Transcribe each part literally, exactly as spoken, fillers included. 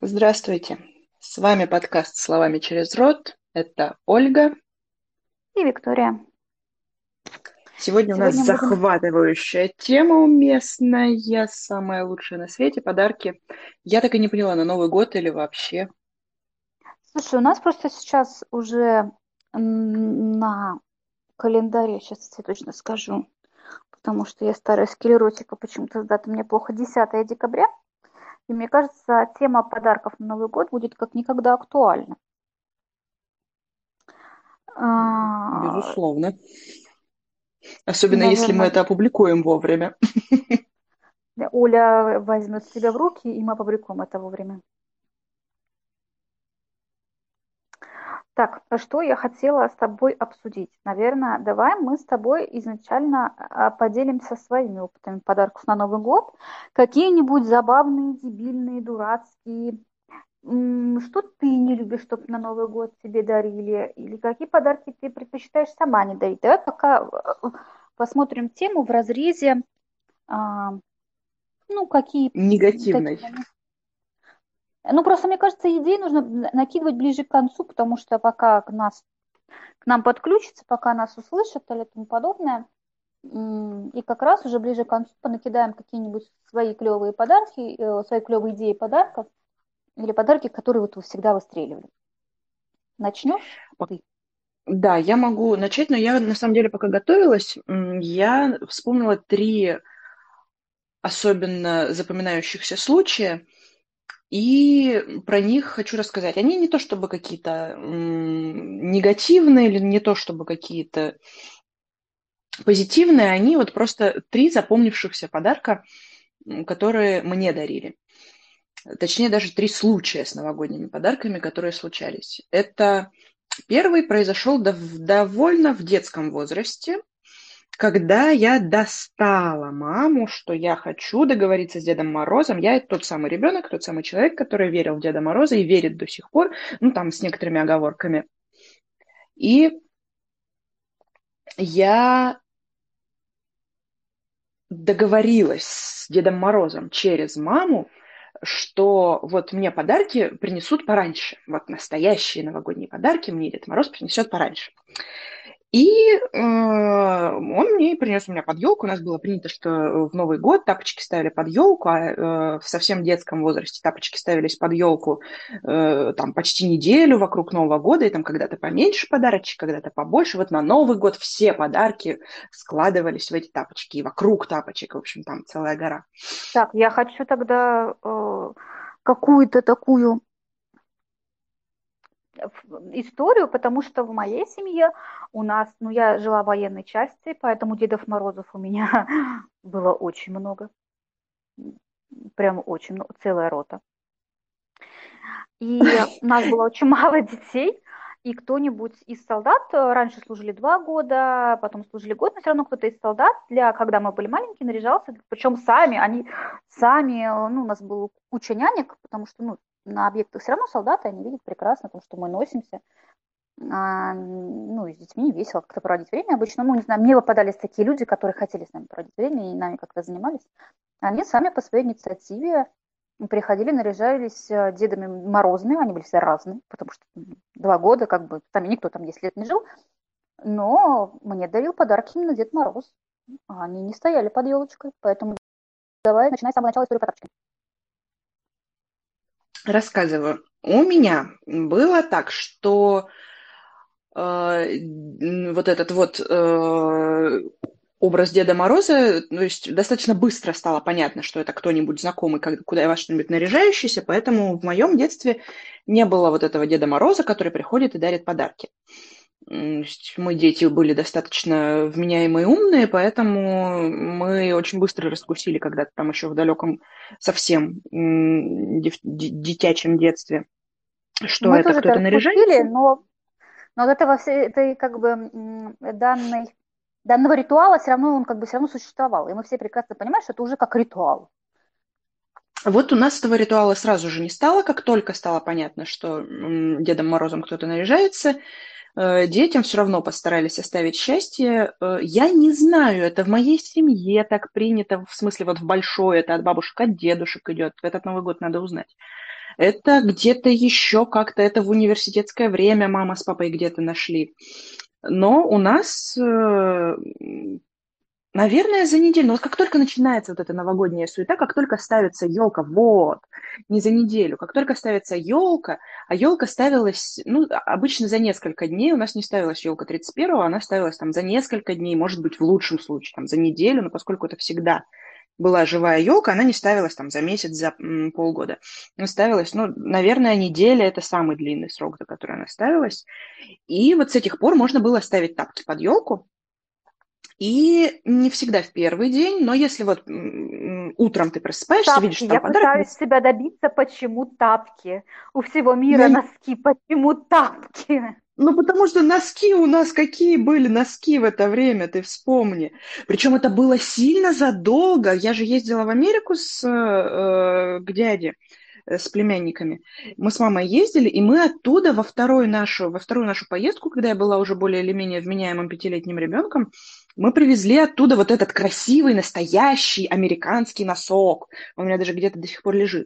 Здравствуйте. С вами подкаст «Словами через рот». Это Ольга. И Виктория. Сегодня у нас Сегодня будем... захватывающая тема уместная, самая лучшая на свете, подарки. Я так и не поняла, на Новый год или вообще. Слушай, у нас просто сейчас уже м, на календаре, сейчас я тебе точно скажу, потому что я старая склеротика, почему-то с датой мне плохо, десятое декабря. И мне кажется, тема подарков на Новый год будет как никогда актуальна. А, Безусловно. И, Особенно если мы наверное, это опубликуем вовремя. Оля возьмет себя в руки, и мы опубликуем это вовремя. Так, а что я хотела с тобой обсудить? Наверное, давай мы с тобой изначально а, поделимся своими опытами подарков на Новый год. Какие-нибудь забавные, дебильные, дурацкие. М, Что ты не любишь, чтобы на Новый год тебе дарили? Или какие подарки ты предпочитаешь сама не дарить? Давай пока э, посмотрим тему в разрезе, а, ну, какие такие Негативной. моменты. Ну, просто, мне кажется, идей нужно накидывать ближе к концу, потому что пока к нас к нам подключится, пока нас услышат или тому подобное. М, И как раз уже ближе к концу понакидаем какие-нибудь свои клевые подарки, э, свои клевые идеи подарков или подарки, которые вот вы всегда выстреливали. Начнешь ты? Да, я могу начать, но я на самом деле, пока готовилась, м, я вспомнила три особенно запоминающихся случая. И про них хочу рассказать. Они не то чтобы какие-то м, негативные или не то чтобы какие-то позитивные, они вот просто три запомнившихся подарка, м, которые мне дарили. Точнее, даже три случая с новогодними подарками, которые случались. Это первый произошел дов- довольно в детском возрасте, когда я достала маму, что я хочу договориться с Дедом Морозом. Я тот самый ребенок, тот самый человек, который верил в Деда Мороза и верит до сих пор, ну там с некоторыми оговорками. И я договорилась с Дедом Морозом через маму, что вот мне подарки принесут пораньше. Вот настоящие новогодние подарки мне Дед Мороз принесет пораньше. И э, он мне принес у меня под елку. У нас было принято, что в Новый год тапочки ставили под елку, а э, в совсем детском возрасте тапочки ставились под елку э, там почти неделю вокруг Нового года, и там когда-то поменьше подарочек, когда-то побольше. Вот на Новый год все подарки складывались в эти тапочки, и вокруг тапочек, в общем, там целая гора. Так, я хочу тогда э, какую-то такую историю, потому что в моей семье у нас, ну, я жила в военной части, поэтому Дедов Морозов у меня было очень много, прям очень много, целая рота. И у нас было очень мало детей, и кто-нибудь из солдат, э, раньше служили два года, потом служили год, но все равно кто-то из солдат, для, когда мы были маленькие, наряжался, причем сами, они сами, э, ну, у нас был куча нянек, потому что, ну, на объектах все равно солдаты, они видят прекрасно, потому что мы носимся, а, ну, и с детьми весело как-то проводить время обычно, ну, не знаю, мне попадались такие люди, которые хотели с нами проводить время и нами как-то занимались, они сами по своей инициативе приходили, наряжались э, Дедами Морозами, они были все разные, потому что м, два года, как бы, сами никто там десять лет не жил, но мне дарил подарки именно Дед Мороз. А они не стояли под елочкой, поэтому давай начинай с самого начала историю подарочками. Рассказываю. У меня было так, что э, вот этот вот э, образ Деда Мороза, то есть достаточно быстро стало понятно, что это кто-нибудь знакомый, как, куда во что-нибудь наряжающийся, поэтому в моем детстве не было вот этого Деда Мороза, который приходит и дарит подарки. М, то есть мы дети были достаточно вменяемые и умные, поэтому мы очень быстро раскусили когда-то там еще в далеком совсем м, дев- ди- детячем детстве, что Мы это тоже это кто-то раскусили, наряжается. но, но от этого все, этой как бы м, данной, данного ритуала все равно он как бы все равно существовал. И мы все прекрасно понимаем, что это уже как ритуал. Вот у нас этого ритуала сразу же не стало, как только стало понятно, что м, Дедом Морозом кто-то наряжается, э, детям все равно постарались оставить счастье. Э, я не знаю, это в моей семье так принято, в смысле вот в большой, это от бабушек, от дедушек идет. В этот Новый год надо узнать. это где-то еще как-то, это в университетское время мама с папой где-то нашли. Но у нас, э, наверное, за неделю. Но вот как только начинается вот эта новогодняя суета, как только ставится елка, вот, не за неделю, как только ставится елка, а елка ставилась, ну, обычно за несколько дней, у нас не ставилась елка тридцать первого, она ставилась там за несколько дней, может быть, в лучшем случае, там, за неделю, но поскольку это всегда была живая елка, она не ставилась там за месяц, за м, полгода. Она ставилась, ну, наверное, неделя – это самый длинный срок, за который она ставилась. И вот с этих пор можно было ставить тапки под елку. И не всегда в первый день, но если вот м, утром ты просыпаешься, видишь, Тапки. что там Я подарок, пытаюсь себя добиться, почему тапки. У всего я мира не- носки, почему тапки? ну, потому что носки у нас какие были носки в это время, ты вспомни. Причем это было сильно задолго. Я же ездила в Америку с, э, к дяде, э, с племянниками. Мы с мамой ездили, и мы оттуда во вторую нашу, во вторую нашу поездку, когда я была уже более или менее вменяемым пятилетним ребенком, мы привезли оттуда вот этот красивый, настоящий американский носок. Он у меня даже где-то до сих пор лежит.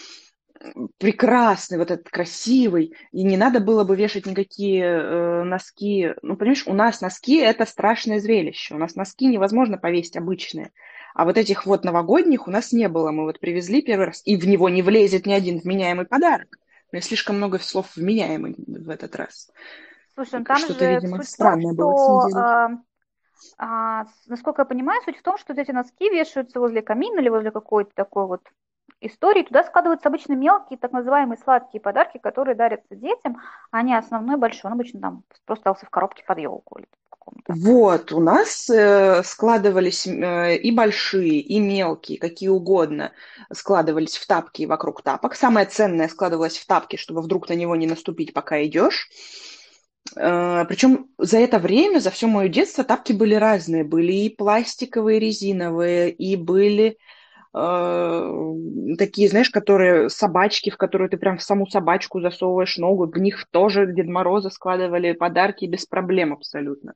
Прекрасный, вот этот красивый, и не надо было бы вешать никакие э, носки. Ну, понимаешь, у нас носки – это страшное зрелище. У нас носки невозможно повесить обычные. А вот этих вот новогодних у нас не было. Мы вот привезли первый раз, и в него не влезет ни один вменяемый подарок. У меня слишком много слов «вменяемый» в этот раз. Слушай, ну там Что-то, же видимо, суть в том, странное было с что, неделей. а, а, с- насколько я понимаю, суть в том, что вот эти носки вешаются возле камина или возле какой-то такой вот истории. Туда складываются обычно мелкие, так называемые сладкие подарки, которые дарятся детям, а не основной большой. Он обычно там просто остался в коробке под елку или в каком-то. Вот, у нас э, складывались э, и большие, и мелкие, какие угодно, складывались в тапки и вокруг тапок. Самое ценное складывалось в тапки, чтобы вдруг на него не наступить, пока идешь. Э, причем за это время, за все мое детство, тапки были разные. Были и пластиковые, и резиновые, и были э, такие, знаешь, которые собачки, в которую ты прям в саму собачку засовываешь ногу. В них тоже Дед Мороза складывали подарки без проблем абсолютно.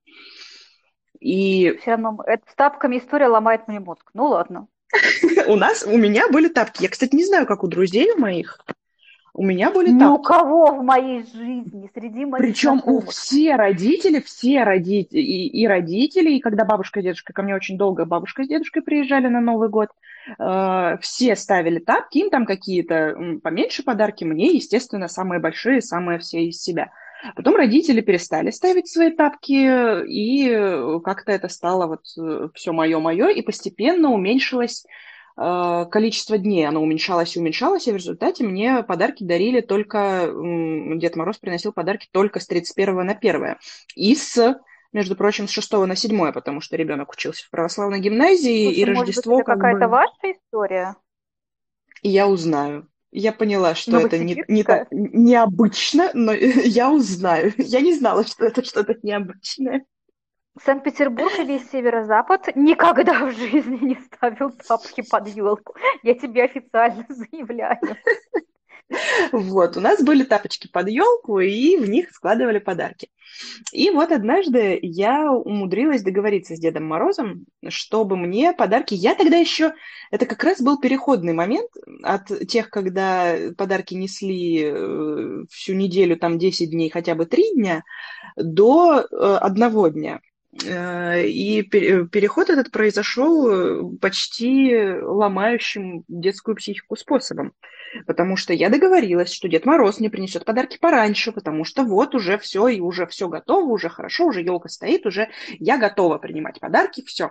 И Все равно это, с тапками история ломает мне мозг. Ну ладно. у нас, у меня были тапки. Я, кстати, не знаю, как у друзей у моих. У меня были Ни у тапки. кого в моей жизни, среди моих Причем у знакомых. все родители, все родители, и, и родители, и когда бабушка и дедушка, ко мне очень долго бабушка с дедушкой приезжали на Новый год, э, все ставили тапки, им там какие-то м, поменьше подарки, мне, естественно, самые большие, самые все из себя. Потом родители перестали ставить свои тапки, и э, как-то это стало вот все мое-мое, и постепенно уменьшилось э, количество дней, оно уменьшалось и уменьшалось, и в результате мне подарки дарили только, м, Дед Мороз приносил подарки только с тридцать первого на первое. И с, между прочим, с шестого на седьмое, потому что ребенок учился в православной гимназии, и Слушай, может быть, Рождество это как какая-то бы... ваша история? И я узнаю. Я поняла, что это не, не так Новосибирская? необычно, но я узнаю. Я не знала, что это что-то необычное. Санкт-Петербург и весь северо-запад никогда в жизни не ставил тапки под елку. Я тебе официально заявляю. Вот, у нас были тапочки под елку, и в них складывали подарки. И вот однажды я умудрилась договориться с Дедом Морозом, чтобы мне подарки... Я тогда еще... Это как раз был переходный момент от тех, когда подарки несли э, всю неделю, там десять дней, хотя бы три дня, до э, одного дня. Э, И пер- переход этот произошел э, почти ломающим детскую психику способом. Потому что я договорилась, что Дед Мороз мне принесет подарки пораньше, потому что вот уже все, и уже все готово, уже хорошо, уже елка стоит, уже я готова принимать подарки, все.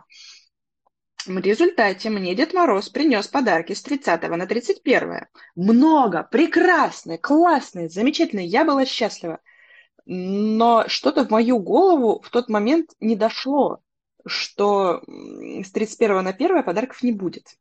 В результате мне Дед Мороз принес подарки с тридцатого на тридцать первое. Много, прекрасные, классные, замечательные. Я была счастлива. Но что-то в мою голову в тот момент не дошло, что м, с тридцать первого на первое подарков не будет.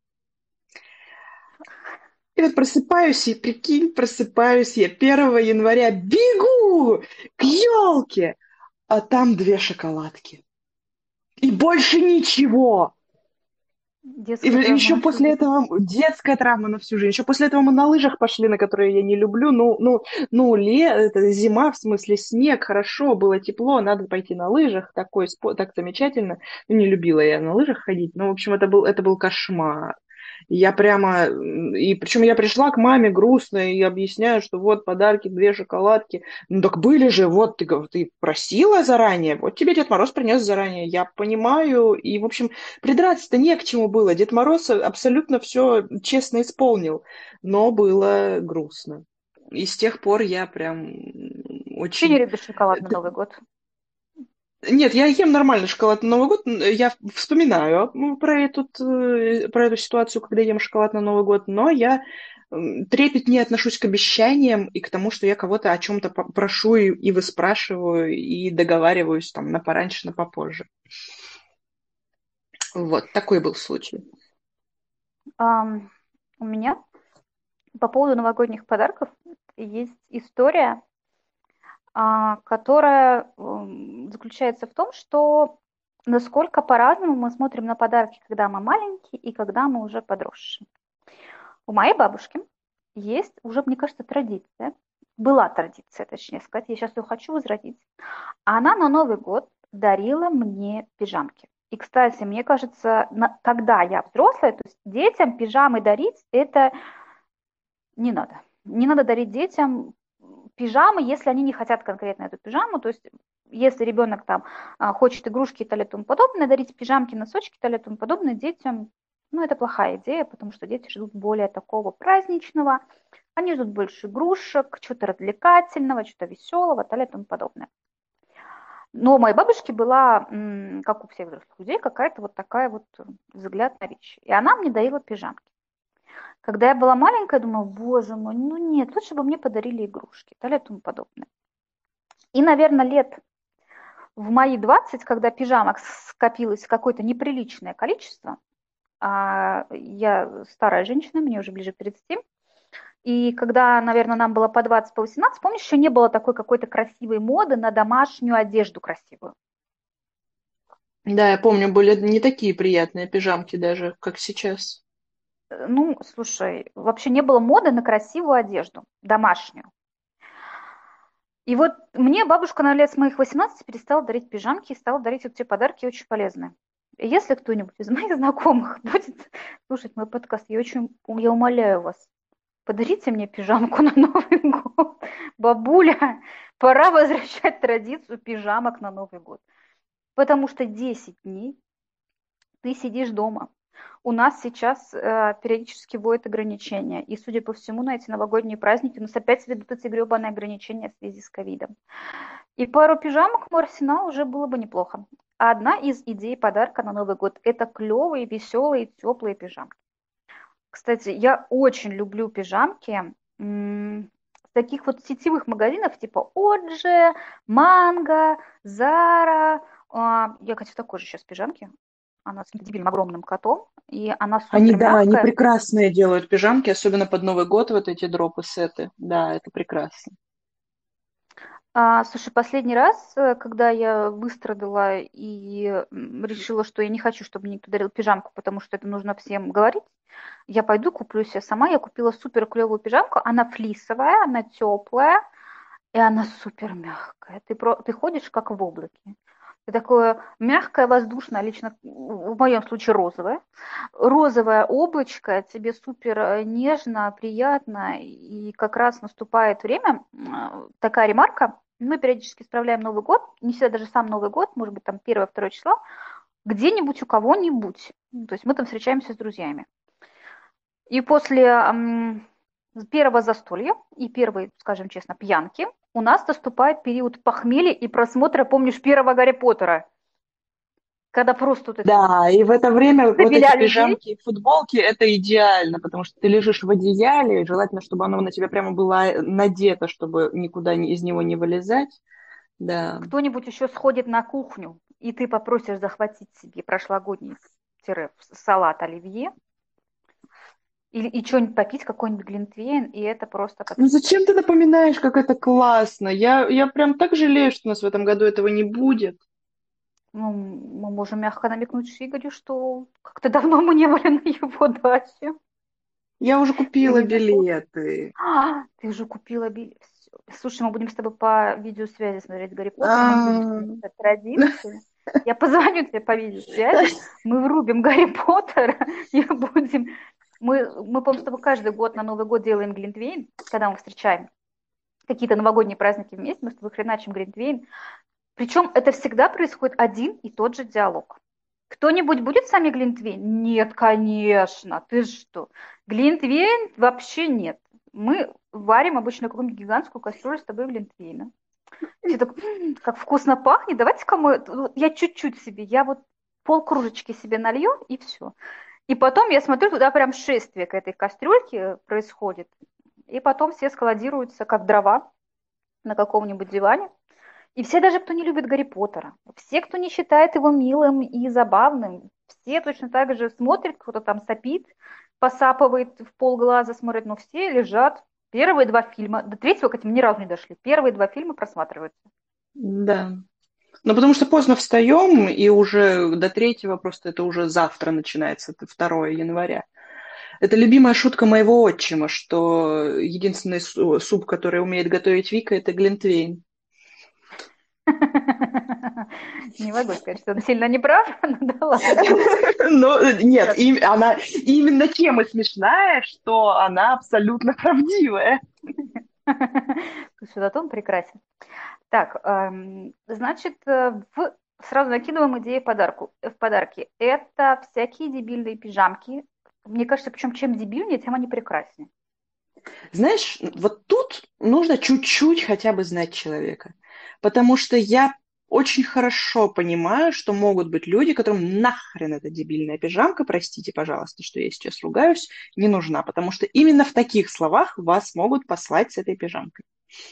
И вот просыпаюсь, и прикинь, просыпаюсь я первого января, бегу к елке, а там две шоколадки. И больше ничего. И Детская травма еще на всю после жизнь. этого детская травма на всю жизнь. Еще после этого мы на лыжах пошли, на которые я не люблю. Ну, ну, ну, ле, это зима, в смысле снег, хорошо, было тепло, надо пойти на лыжах, такой спо- так замечательно. Ну, не любила я на лыжах ходить. Ну, в общем, это был, это был кошмар. Я прямо, м, и причем я пришла к маме грустная и объясняю, что вот подарки, две шоколадки. Ну так были же, вот ты, гов- ты просила заранее, вот тебе Дед Мороз принес заранее. Я понимаю, и, в общем, придраться-то не к чему было. Дед Мороз абсолютно все честно исполнил, но было грустно. И с тех пор я прям м, Ты не очень... любишь шоколад на Новый год? Нет, я ем нормальный шоколад на Новый год. Я вспоминаю ну, про эту, про эту ситуацию, когда ем шоколад на Новый год, но я м, трепетнее отношусь к обещаниям и к тому, что я кого-то о чем-то по- прошу и, и выспрашиваю, и договариваюсь там на пораньше, на попозже. Вот, такой был случай. Ам, у меня по поводу новогодних подарков есть история, а, которая м, заключается в том, что насколько по-разному мы смотрим на подарки, когда мы маленькие и когда мы уже подросшие. У моей бабушки есть уже, мне кажется, традиция, была традиция, точнее сказать, я сейчас ее хочу возродить. Она на Новый год дарила мне пижамки. И, кстати, мне кажется, на- когда я взрослая, то есть детям пижамы дарить, это не надо. Не надо дарить детям пижамы, если они не хотят конкретно эту пижаму. То есть, если ребенок там а, хочет игрушки и так далее и тому подобное, дарить пижамки, носочки и так далее и тому подобное детям, ну, это плохая идея, потому что дети ждут более такого праздничного, они ждут больше игрушек, чего-то развлекательного, чего-то веселого и так далее и тому подобное. Но у моей бабушки была, м, как у всех взрослых людей, какая-то вот такая вот э, взгляд на вещи. И она мне дарила пижамки. Когда я была маленькая, я думала, боже мой, ну нет, лучше бы мне подарили игрушки, и так далее и тому подобное. И, наверное, лет в мои двадцать, когда пижамок скопилось какое-то неприличное количество, а я старая женщина, мне уже ближе к тридцати, и когда, наверное, нам было по двадцать, по восемнадцать, помнишь, еще не было такой какой-то красивой моды на домашнюю одежду красивую. Да, я помню, были не такие приятные пижамки даже, как сейчас. Э, Ну, слушай, вообще не было моды на красивую одежду, домашнюю. И вот мне бабушка на лет с моих восемнадцати перестала дарить пижамки и стала дарить вот те подарки очень полезные. И если кто-нибудь из моих знакомых будет слушать мой подкаст, я очень, я умоляю вас, подарите мне пижамку на Новый год. Бабуля, пора возвращать традицию пижамок на Новый год. Потому что десять дней ты сидишь дома. У нас сейчас э, периодически вводят ограничения. И, судя по всему, на эти новогодние праздники у нас опять ведут эти гребаные ограничения в связи с ковидом. И пару пижамок в мой арсенал уже было бы неплохо. А одна из идей подарка на Новый год – это клевые, веселые, теплые пижамки. Кстати, я очень люблю пижамки м, с таких вот сетевых магазинов типа Отже, Манго, Зара. А, Я, кстати, в такой же сейчас пижамке. Она с дебильным огромным котом, и она Они, супер да, они мягкая. прекрасные делают пижамки, особенно под Новый год, вот эти дропы-сеты. Да, это прекрасно. А, слушай, последний раз, э, когда я выстрадала и м, решила, что я не хочу, чтобы мне никто дарил пижамку, потому что это нужно всем говорить, я пойду куплю себе сама. Я купила супер клевую пижамку. Она флисовая, она теплая, и она супер мягкая. Ты, про... ты ходишь как в облаке. Ты такое мягкое, воздушное, лично в моем случае розовое. Розовое облачко, тебе супер э, нежно, приятно. И как раз наступает время, м, такая ремарка. Мы периодически справляем Новый год, не всегда даже сам Новый год, может быть, там первое-второе число, где-нибудь у кого-нибудь. Ну, то есть мы там встречаемся с друзьями. И после м, первого застолья и первой, скажем честно, пьянки у нас наступает период похмелья и просмотра, помнишь, первого Гарри Поттера, когда просто вот эти вот Да, и в это время вот эти штабеля людей. пижамки и футболки — это идеально, потому что ты лежишь в одеяле, и желательно, чтобы оно на тебя прямо было надето, чтобы никуда не- из него не вылезать. Да. Кто-нибудь еще сходит на кухню, и ты попросишь захватить себе прошлогодний тире салат оливье или и что-нибудь попить, какой-нибудь глинтвейн, и это просто Ну потрясающе. зачем ты напоминаешь, как это классно? Я, я прям так жалею, что у нас в этом году этого не будет. Ну, мы можем мягко намекнуть Игорю, что как-то давно мы не были на его даче. Я уже И у купила него билеты. А, ты уже купила билет. Всё. Слушай, мы будем с тобой по видеосвязи смотреть Гарри Поттер, мы будем А, снимать традиции. Я позвоню тебе по видеосвязи, мы врубим Гарри Поттера и будем Мы, мы, по-моему, с тобой каждый год на Новый год делаем глинтвейн, когда мы встречаем какие-то новогодние праздники вместе, мы с тобой хреначим глинтвейн. Причем это всегда происходит один и тот же диалог. Кто-нибудь будет с вами глинтвейн? Нет, конечно, ты что? Глинтвейн вообще нет. Мы варим обычно какую-нибудь гигантскую кастрюлю с тобой глинтвейна. Все так, «М, как вкусно пахнет, давайте-ка мы, вот я чуть-чуть себе, я вот пол кружечки себе налью и все. И потом я смотрю, туда прям шествие к этой кастрюльке происходит. И потом все складируются, как дрова, на каком-нибудь диване. И все даже, кто не любит Гарри Поттера, все, кто не считает его милым и забавным, все точно так же смотрят, кто-то там сопит, посапывает в полглаза, смотрит, но все лежат. Первые два фильма, до третьего, к этим ни разу не дошли, первые два фильма просматриваются. Да. Ну, потому что поздно встаем, и уже до третьего просто это уже завтра начинается, это второго января. Это любимая шутка моего отчима, что единственный су- суп, который умеет готовить Вика, это глинтвейн. Не могу сказать, что он сильно не прав, но да ладно. Но нет, им- она именно тем и смешная, что она абсолютно правдивая. Слушай, зато он прекрасен. Так, эм, значит, э, в... сразу накидываем идеи подарку, в подарки. Это всякие дебильные пижамки. Мне кажется, причем чем дебильнее, тем они прекраснее. Знаешь, вот тут нужно чуть-чуть хотя бы знать человека. Потому что я очень хорошо понимаю, что могут быть люди, которым нахрен эта дебильная пижамка, простите, пожалуйста, что я сейчас ругаюсь, не нужна. Потому что именно в таких словах вас могут послать с этой пижамкой.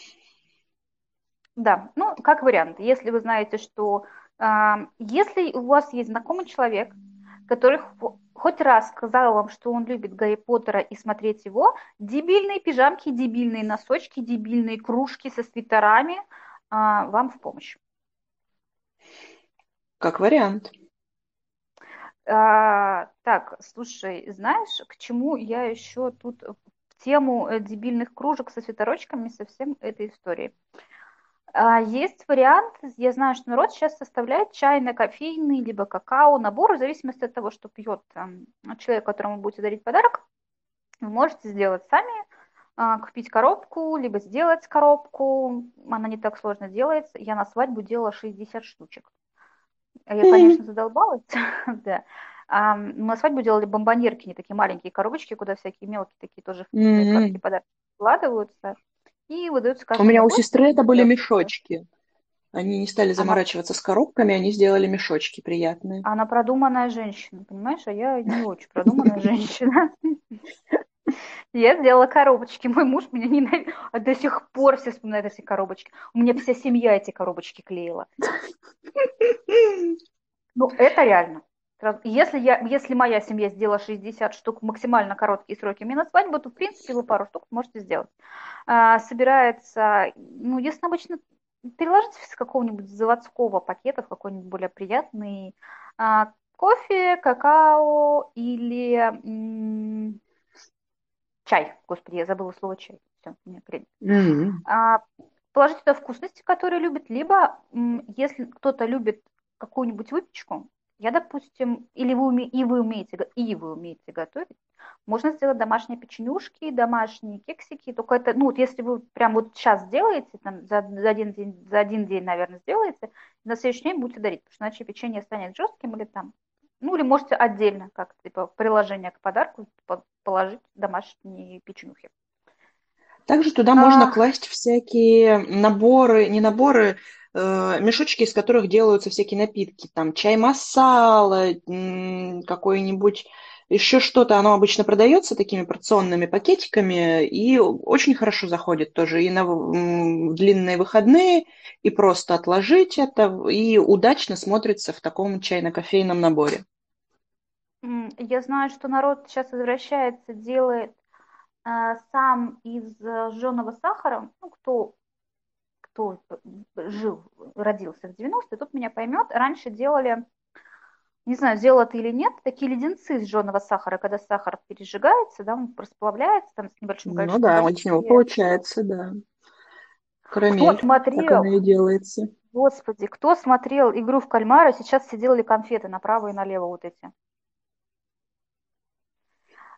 Да, ну, как вариант. Если вы знаете, что а, если у вас есть знакомый человек, который хо- хоть раз сказал вам, что он любит Гарри Поттера и смотреть его, дебильные пижамки, дебильные носочки, дебильные кружки со свитерами а, вам в помощь. Как вариант. А, так, слушай, знаешь, к чему я еще тут в тему э, дебильных кружек со свитерочками со всем этой историей? А, Есть вариант, я знаю, что народ сейчас составляет чайно-кофейный, либо какао набор, в зависимости от того, что пьет там, человек, которому вы будете дарить подарок, вы можете сделать сами, а, купить коробку, либо сделать коробку. Она не так сложно делается. Я на свадьбу делала шестьдесят штучек. Я, конечно, задолбалась, да. А, мы на свадьбу делали бомбоньерки, не такие маленькие коробочки, куда всякие мелкие такие тоже вкусные сладкие М. подарки складываются и выдаются У каждому меня у гостю. сестры это были Делать. мешочки. Они не стали Она заморачиваться с коробками, они сделали мешочки приятные. Она продуманная женщина, понимаешь, а я не очень продуманная женщина. Я сделала коробочки. Мой муж меня ненавидит. А до сих пор все вспоминают эти коробочки. У меня вся семья эти коробочки клеила. Ну, это реально. Сразу- Если, я, если моя семья сделала шестьдесят штук в максимально короткие сроки мне на свадьбу, то, в принципе, вы пару штук можете сделать. А, собирается, ну, если обычно переложить с какого-нибудь заводского пакета в какой-нибудь более приятный а, кофе, какао или м, чай. Господи, я забыла слово чай. Все, мне крень. М. А, положить туда вкусности, которые любят, либо м, если кто-то любит какую-нибудь выпечку, я, допустим, или вы уме- и вы умеете, го- и вы умеете готовить, можно сделать домашние печенюшки, домашние кексики, только это, ну, вот если вы прям вот сейчас сделаете, там, за, за один день, за один день, наверное, сделаете, на следующий день будете дарить, потому что иначе печенье станет жестким или там, ну, или можете отдельно, как типа приложение к подарку, по- положить домашние печенюхи. Также туда можно А, класть всякие наборы, не наборы, э, мешочки, из которых делаются всякие напитки. Там чай масала, м, какой-нибудь еще что-то. Оно обычно продается такими порционными пакетиками и очень хорошо заходит тоже и на м, длинные выходные, и просто отложить это, и удачно смотрится в таком чайно-кофейном наборе. м, я знаю, что народ сейчас возвращается, делает э, сам из э, жженого сахара, ну, кто, кто жил, родился в девяностые, тот меня поймет. Раньше делали, не знаю, сделал это или нет, такие леденцы из жженого сахара, когда сахар пережигается, да, он расплавляется там с небольшим Ну количеством да, воды. из него И получается, да. кто Карамель. Так смотрел, оно и делается. господи, кто смотрел игру в кальмара, сейчас все делали конфеты направо и налево вот эти.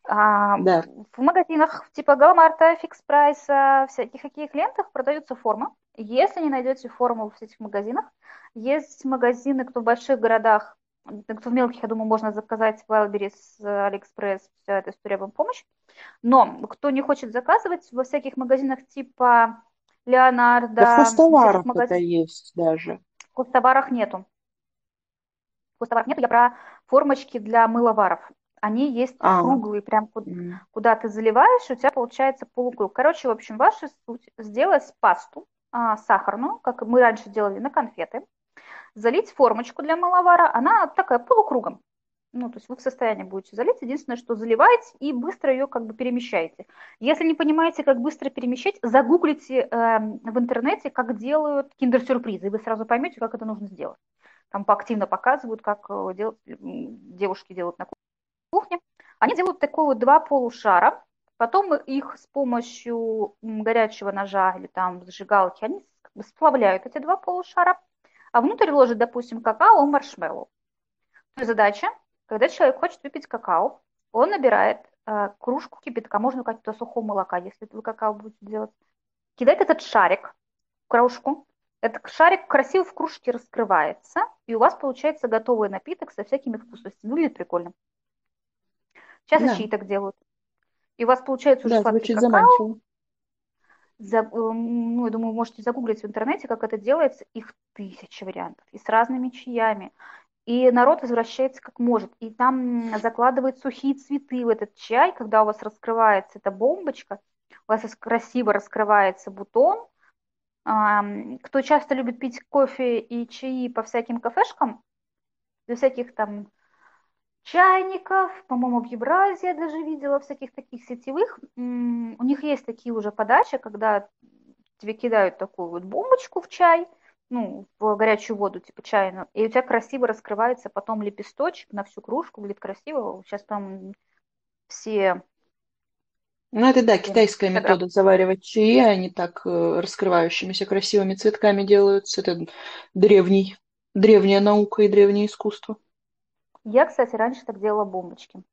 А, Да. в магазинах типа Галамарта, Фикс Прайса, всяких таких лентах продаются формы. Если не найдете форму в этих магазинах, есть магазины, кто в больших городах, кто в мелких, я думаю, можно заказать Wildberries, Алиэкспресс, вся эта история вам помощь. Но кто не хочет заказывать, во всяких магазинах типа Да в Леонардо, всяких хозтоварах это магазинах, есть даже. в товарах нету. Вкусоваров нету, я про формочки для мыловаров. Они есть А, круглые, прям ку- м, куда ты заливаешь, и у тебя получается полукруг. Короче, в общем, ваша суть сделать пасту а, сахарную, как мы раньше делали на конфеты, залить формочку для мыловара, она такая полукругом. Ну, то есть вы в состоянии будете залить, единственное, что заливаете и быстро ее как бы перемещаете. Если не понимаете, как быстро перемещать, загуглите э, в интернете, как делают киндер-сюрпризы, и вы сразу поймете, как это нужно сделать. Там активно показывают, как э, делать, девушки делают на кухне. Они делают такое вот два полушара, потом их с помощью горячего ножа или там зажигалки, они как бы сплавляют эти два полушара, а внутрь ложат, допустим, какао, маршмеллоу. То есть задача, когда человек хочет выпить какао, он набирает э, кружку кипятка, можно как-то сухого молока, если вы какао будете делать, кидает этот шарик в кружку, этот шарик красиво в кружке раскрывается, и у вас получается готовый напиток со всякими вкусностями. Выглядит прикольно. Сейчас и чаи да, так делают. И у вас получается уже да, сладкий звучит какао. заманчиво. За, э, ну, я думаю, можете загуглить в интернете, как это делается. Их тысячи вариантов. И с разными чаями. И народ возвращается как может. И там закладывает сухие цветы в этот чай, когда у вас раскрывается эта бомбочка, у вас красиво раскрывается бутон. Кто часто любит пить кофе и чаи по всяким кафешкам, для всяких там чайников, по-моему, в Евразии я даже видела всяких таких сетевых, у них есть такие уже подачи, когда тебе кидают такую вот бомбочку в чай, ну, в горячую воду, типа чайную, и у тебя красиво раскрывается потом лепесточек на всю кружку, выглядит красиво. Сейчас там все Ну, это да, блин, китайская Инстаграм. метода заваривать чаи, они так э, раскрывающимися красивыми цветками делаются. Это древний, древняя наука и древнее искусство. Я, кстати, раньше так делала бомбочки.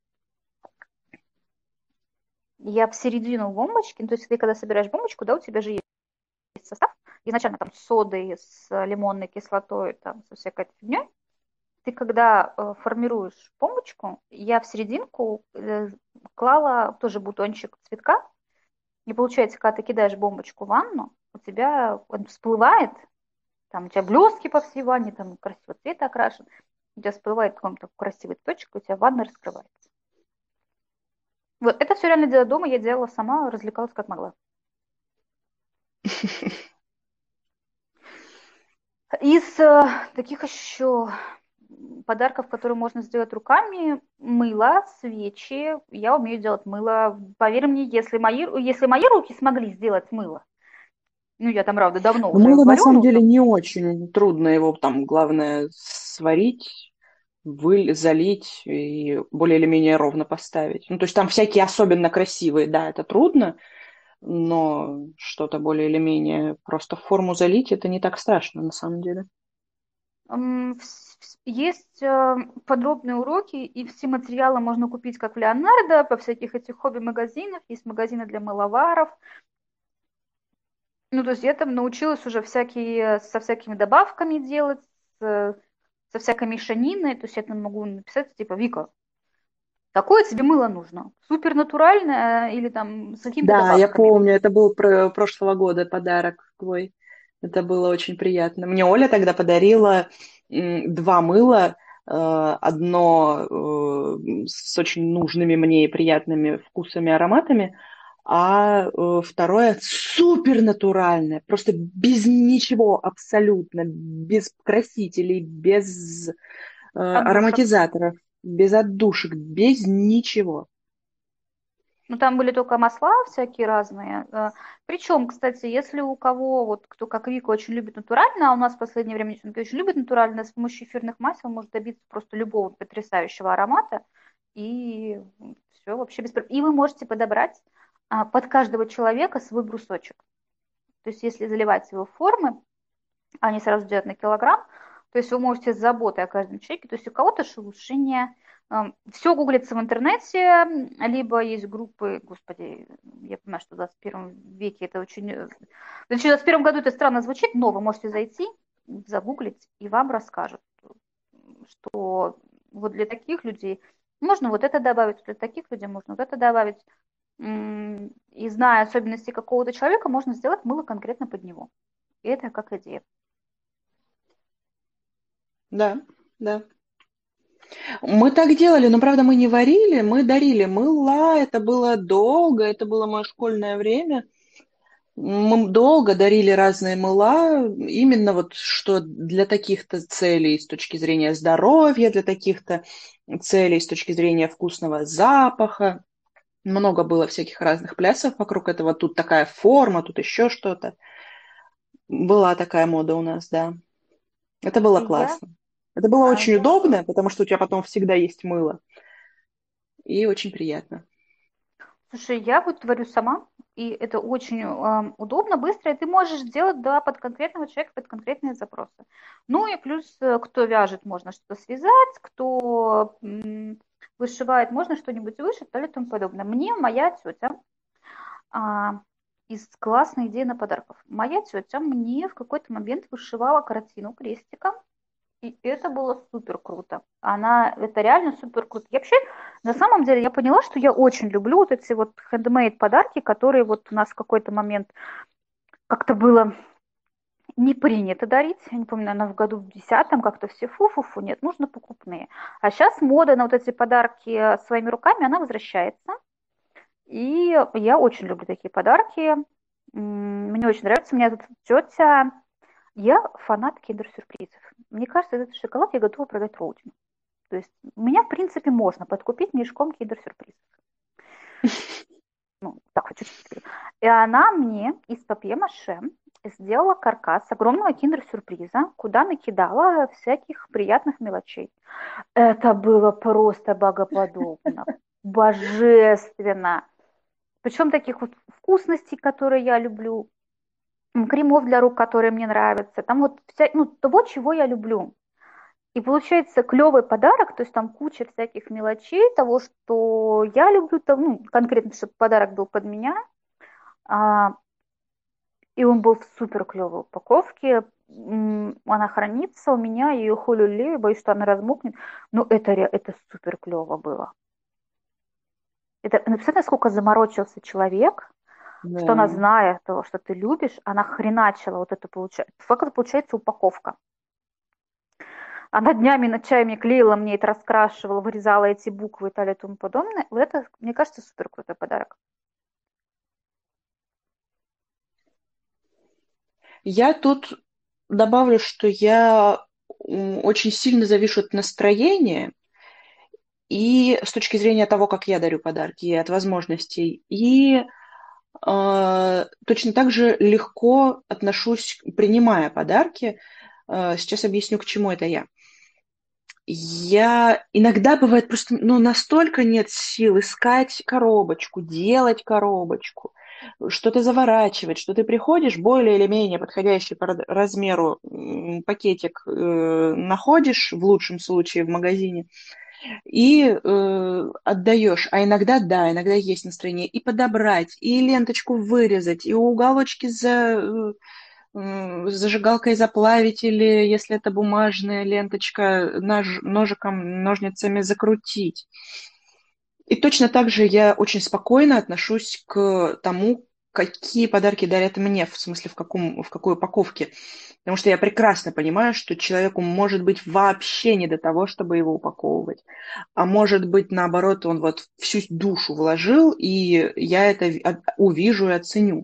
Я в середину бомбочки, ну, то есть ты когда собираешь бомбочку, да, у тебя же есть состав, изначально там с содой, с лимонной кислотой, там, со всякой этой фигней. Ты когда э, формируешь бомбочку, я в серединку э, клала тоже бутончик цветка, и получается, когда ты кидаешь бомбочку в ванну, у тебя он всплывает, там у тебя блестки по всей ванне, там красиво цвет окрашен, у тебя всплывает какой-то красивый точек, у тебя ванна раскрывается. Вот это все реально делать дома, я делала сама, развлекалась как могла. Из э, таких еще подарков, которые можно сделать руками, мыло, свечи. Я умею делать мыло. Поверь мне, если мои, если мои руки смогли сделать мыло, ну, я там, правда, давно Но уже мыло на варю, самом ну, деле там, не очень трудно его там, главное, сварить, вы, залить и более или менее ровно поставить. Ну, то есть там всякие особенно красивые, да, это трудно, но что-то более или менее просто в форму залить, это не так страшно на самом деле. м, вс- вс- есть э, подробные уроки, и все материалы можно купить как в Леонардо, по всяких этих хобби-магазинах, есть магазины для мыловаров. Ну, то есть я там научилась уже всякие, со всякими добавками делать, с- со всякой мешаниной, то есть я там могу написать, типа, Вика, какое тебе мыло нужно? Супер натуральное или там с какими-то Да, я добавками? помню, это был про прошлого года подарок твой. Это было очень приятно. Мне Оля тогда подарила м, два мыла. э, Одно э, с очень нужными мне и приятными вкусами, ароматами, а э, второе супер натуральное, просто без ничего абсолютно, без красителей, без э, Отдушек. ароматизаторов, без отдушек, без ничего. Ну, там были только масла всякие разные. Э, Причем, кстати, если у кого, вот кто как Вика очень любит натурально, а у нас в последнее время девчонки очень любят натурально, с помощью эфирных масел может добиться просто любого потрясающего аромата. И все вообще без проблем. И вы можете подобрать а, под каждого человека свой брусочек. То есть, если заливать его в формы, они сразу делают на килограмм, то есть вы можете с заботой о каждом человеке, то есть у кого-то шелушение, Все гуглится в интернете, либо есть группы, господи, я понимаю, что в двадцать первом веке это очень... В две тысячи двадцать первом году это странно звучит, но вы можете зайти, загуглить, и вам расскажут, что вот для таких людей можно вот это добавить, для таких людей можно вот это добавить. И зная особенности какого-то человека, можно сделать мыло конкретно под него. И это как идея. Да, да. Мы так делали, но, правда, мы не варили, мы дарили мыла, это было долго, это было мое школьное время. Мы долго дарили разные мыла, именно вот что для таких-то целей с точки зрения здоровья, для таких-то целей с точки зрения вкусного запаха. Много было всяких разных плясов вокруг этого. Тут такая форма, тут еще что-то. Была такая мода у нас, да. Это было Я, классно. Это было а очень я удобно, потому что у тебя потом всегда есть мыло. И очень приятно. Слушай, я вот творю сама, и это очень эм, удобно, быстро, и ты можешь сделать, да, под конкретного человека, под конкретные запросы. Ну и плюс, э, кто вяжет, можно что-то связать, кто м, вышивает, можно что-нибудь вышить, и тому подобное. Мне моя тетя а, из классной идеи на подарков. Моя тетя мне в какой-то момент вышивала картину крестиком, и это было супер круто. Она, это реально супер круто. Я вообще, на самом деле, я поняла, что я очень люблю вот эти вот handmade подарки, которые вот у нас в какой-то момент как-то было не принято дарить. Я не помню, наверное, в году в десятом как-то все фу-фу-фу, нет, нужно покупные. А сейчас мода на вот эти подарки своими руками, она возвращается. И я очень люблю такие подарки. Мне очень нравится. У меня тут тетя. Я фанат киндер-сюрпризов. Мне кажется, этот шоколад я готова продать родину. То есть меня, в принципе, можно подкупить мешком киндер-сюрпризов. Ну, так вот чуть-чуть говорю. И она мне из папье-маше сделала каркас огромного киндер-сюрприза, куда накидала всяких приятных мелочей. Это было просто богоподобно, божественно. Причем таких вот вкусностей, которые я люблю, кремов для рук, которые мне нравятся, там вот вся, ну, того, чего я люблю. И получается клевый подарок, то есть там куча всяких мелочей, того, что я люблю, там, ну, конкретно, чтобы подарок был под меня, а, и он был в супер клевой упаковке, М, она хранится у меня, я ее холю, боюсь, что она размокнет, но это, ре- это супер клево было. Это, ну, представляете, насколько заморочился человек, что она, Да. зная того, что ты любишь, она хреначила вот это получается. Как это получается упаковка? Она днями, ночами клеила мне это, раскрашивала, вырезала эти буквы и так далее и тому подобное. Вот это, мне кажется, супер крутой подарок. Я тут добавлю, что я м, очень сильно завишу от настроения и с точки зрения того, как я дарю подарки, и от возможностей. И э, точно так же легко отношусь, принимая подарки. Э, сейчас объясню, к чему это я. Я иногда бывает просто, ну, настолько нет сил искать коробочку, делать коробочку, что-то заворачивать, что ты приходишь, более или менее подходящий по ра- размеру м, пакетик э, находишь, в лучшем случае в магазине, и э, отдаешь. А иногда, да, иногда есть настроение и подобрать, и ленточку вырезать, и уголочки за, э, м, зажигалкой заплавить, или если это бумажная ленточка, нож, ножиком, ножницами закрутить. И точно так же я очень спокойно отношусь к тому, какие подарки дарят мне, в смысле, в, каком, в какой упаковке. Потому что я прекрасно понимаю, что человеку может быть вообще не до того, чтобы его упаковывать. А может быть, наоборот, он вот всю душу вложил, и я это ви- от- увижу и оценю.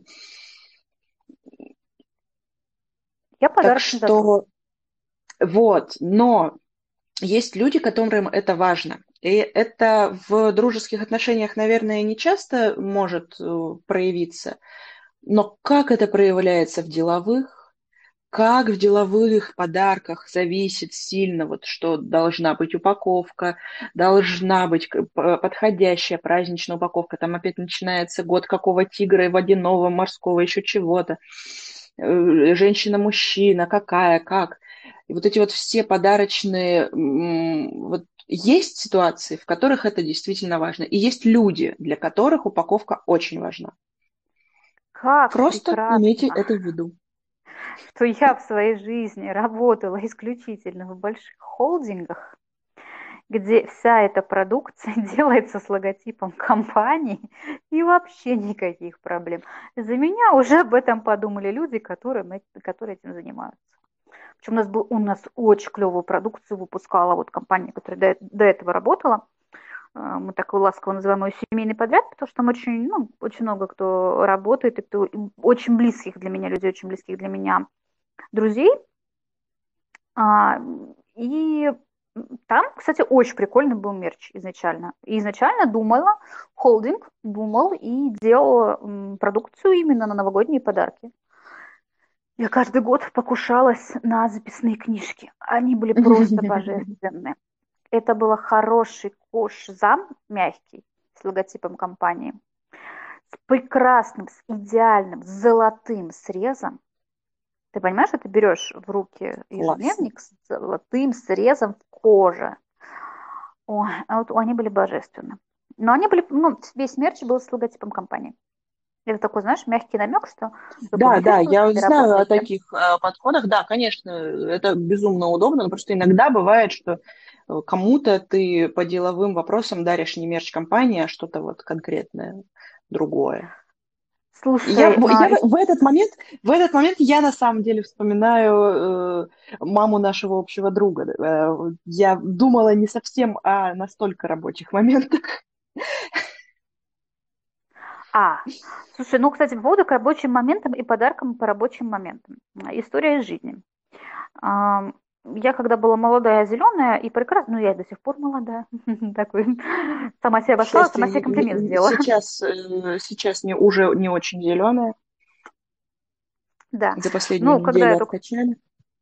Я Так подарок не затру. что вот, но есть люди, которым это важно. И это в дружеских отношениях, наверное, не часто может э, проявиться. Но как это проявляется в деловых, как в деловых подарках зависит сильно, вот что должна быть упаковка, должна быть к- п- подходящая праздничная упаковка. Там опять начинается год какого тигра и водяного, морского, еще чего-то. Э, Женщина-мужчина, какая, как. И вот эти вот все подарочные м, вот Есть ситуации, в которых это действительно важно, и есть люди, для которых упаковка очень важна. Как Просто имейте прекрасно, это в виду. что я в своей жизни работала исключительно в больших холдингах, где вся эта продукция делается с логотипом компании и вообще никаких проблем. За меня уже об этом подумали люди, которые, которые этим занимаются. Причем у нас, был, у нас очень клевую продукцию выпускала вот компания, которая до, до этого работала. Мы так ласково называем ее семейный подряд, потому что там очень, ну, очень много кто работает, и кто очень близких для меня людей, очень близких для меня друзей. А, и там, кстати, очень прикольный был мерч изначально. И изначально думала, холдинг думал и делал м, продукцию именно на новогодние подарки. Я каждый год покушалась на записные книжки. Они были просто божественные. Это был хороший кожзам, мягкий, с логотипом компании, с прекрасным, с идеальным золотым срезом. Ты понимаешь, что ты берешь в руки Классно. ежедневник с золотым срезом в коже. Ой, а вот они были божественны. Но они были, ну, весь мерч был с логотипом компании. Это такой, знаешь, мягкий намек, что вы Да, помните, да, что вы я с нами знаю о работаете? таких э, подходах. Да, конечно, это безумно удобно, но просто иногда бывает, что э, кому-то ты по деловым вопросам даришь не мерч компании, а что-то вот конкретное другое. И я, Слушай, в- я а, в, в этот момент, в этот момент я на самом деле вспоминаю э, маму нашего общего друга. Э, я думала не совсем о настолько рабочих моментах. а, слушай, ну, кстати, по поводу к рабочим моментам и подаркам по рабочим моментам. История из жизни. А, Я когда была молодая, зеленая и прекрасная, ну я и до сих пор молодая, такой, сама себя К обошла, счастью, сама себе не- комплимент не- сделала. сейчас, э, сейчас не, уже не очень зеленая. Да, За последнюю ну когда я неделю только... откачали.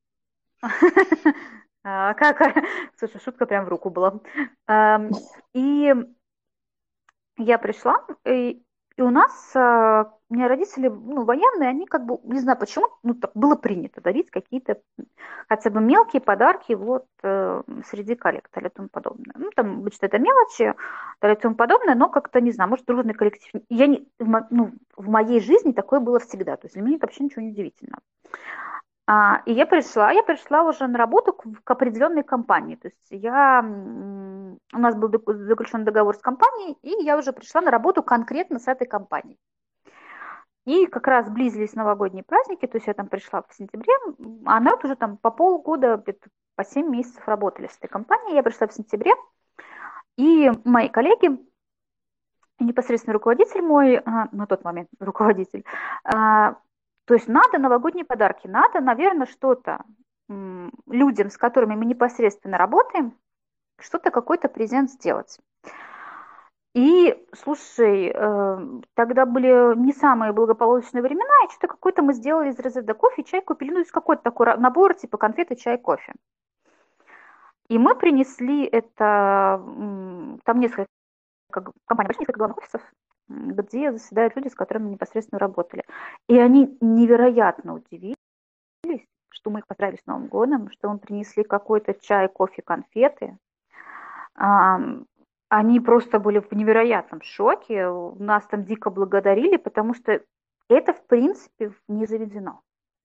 А, Как, слушай, шутка прям в руку была. Ам, И я пришла, и, и у нас, а, у меня родители, ну, военные, они как бы, не знаю почему, ну, так было принято дарить какие-то хотя бы мелкие подарки вот э, среди коллег и тому подобное. Ну, там обычно это мелочи и тому подобное, но как-то, не знаю, может, дружный коллектив. Я не, в, мо- ну, в моей жизни такое было всегда, то есть для меня это вообще ничего не удивительно. А, и я пришла, я пришла уже на работу к, к определенной компании. То есть я, м, у нас был доку- заключен договор с компанией, и я уже пришла на работу конкретно с этой компанией. И как раз близились новогодние праздники, то есть я там пришла в сентябре, м, а народ уже там по полгода, где-то по семь месяцев работали с этой компанией. Я пришла в сентябре, и мои коллеги, непосредственно руководитель мой, а, на тот момент руководитель, а, то есть надо новогодние подарки, надо, наверное, что-то м, людям, с которыми мы непосредственно работаем, что-то, какой-то презент сделать. И, слушай, э, тогда были не самые благополучные времена, и что-то какой-то мы сделали из разряда кофе, чай купили, ну, из какой-то такой ра- набор, типа конфеты, чай, кофе. И мы принесли это, м, там несколько как компания, большая, несколько главных офисов, м, где заседают люди, с которыми мы непосредственно работали. И они невероятно удивились, что мы их поздравили с Новым годом, что мы принесли какой-то чай, кофе, конфеты. Ам, Они просто были в невероятном шоке, нас там дико благодарили, потому что это, в принципе, не заведено.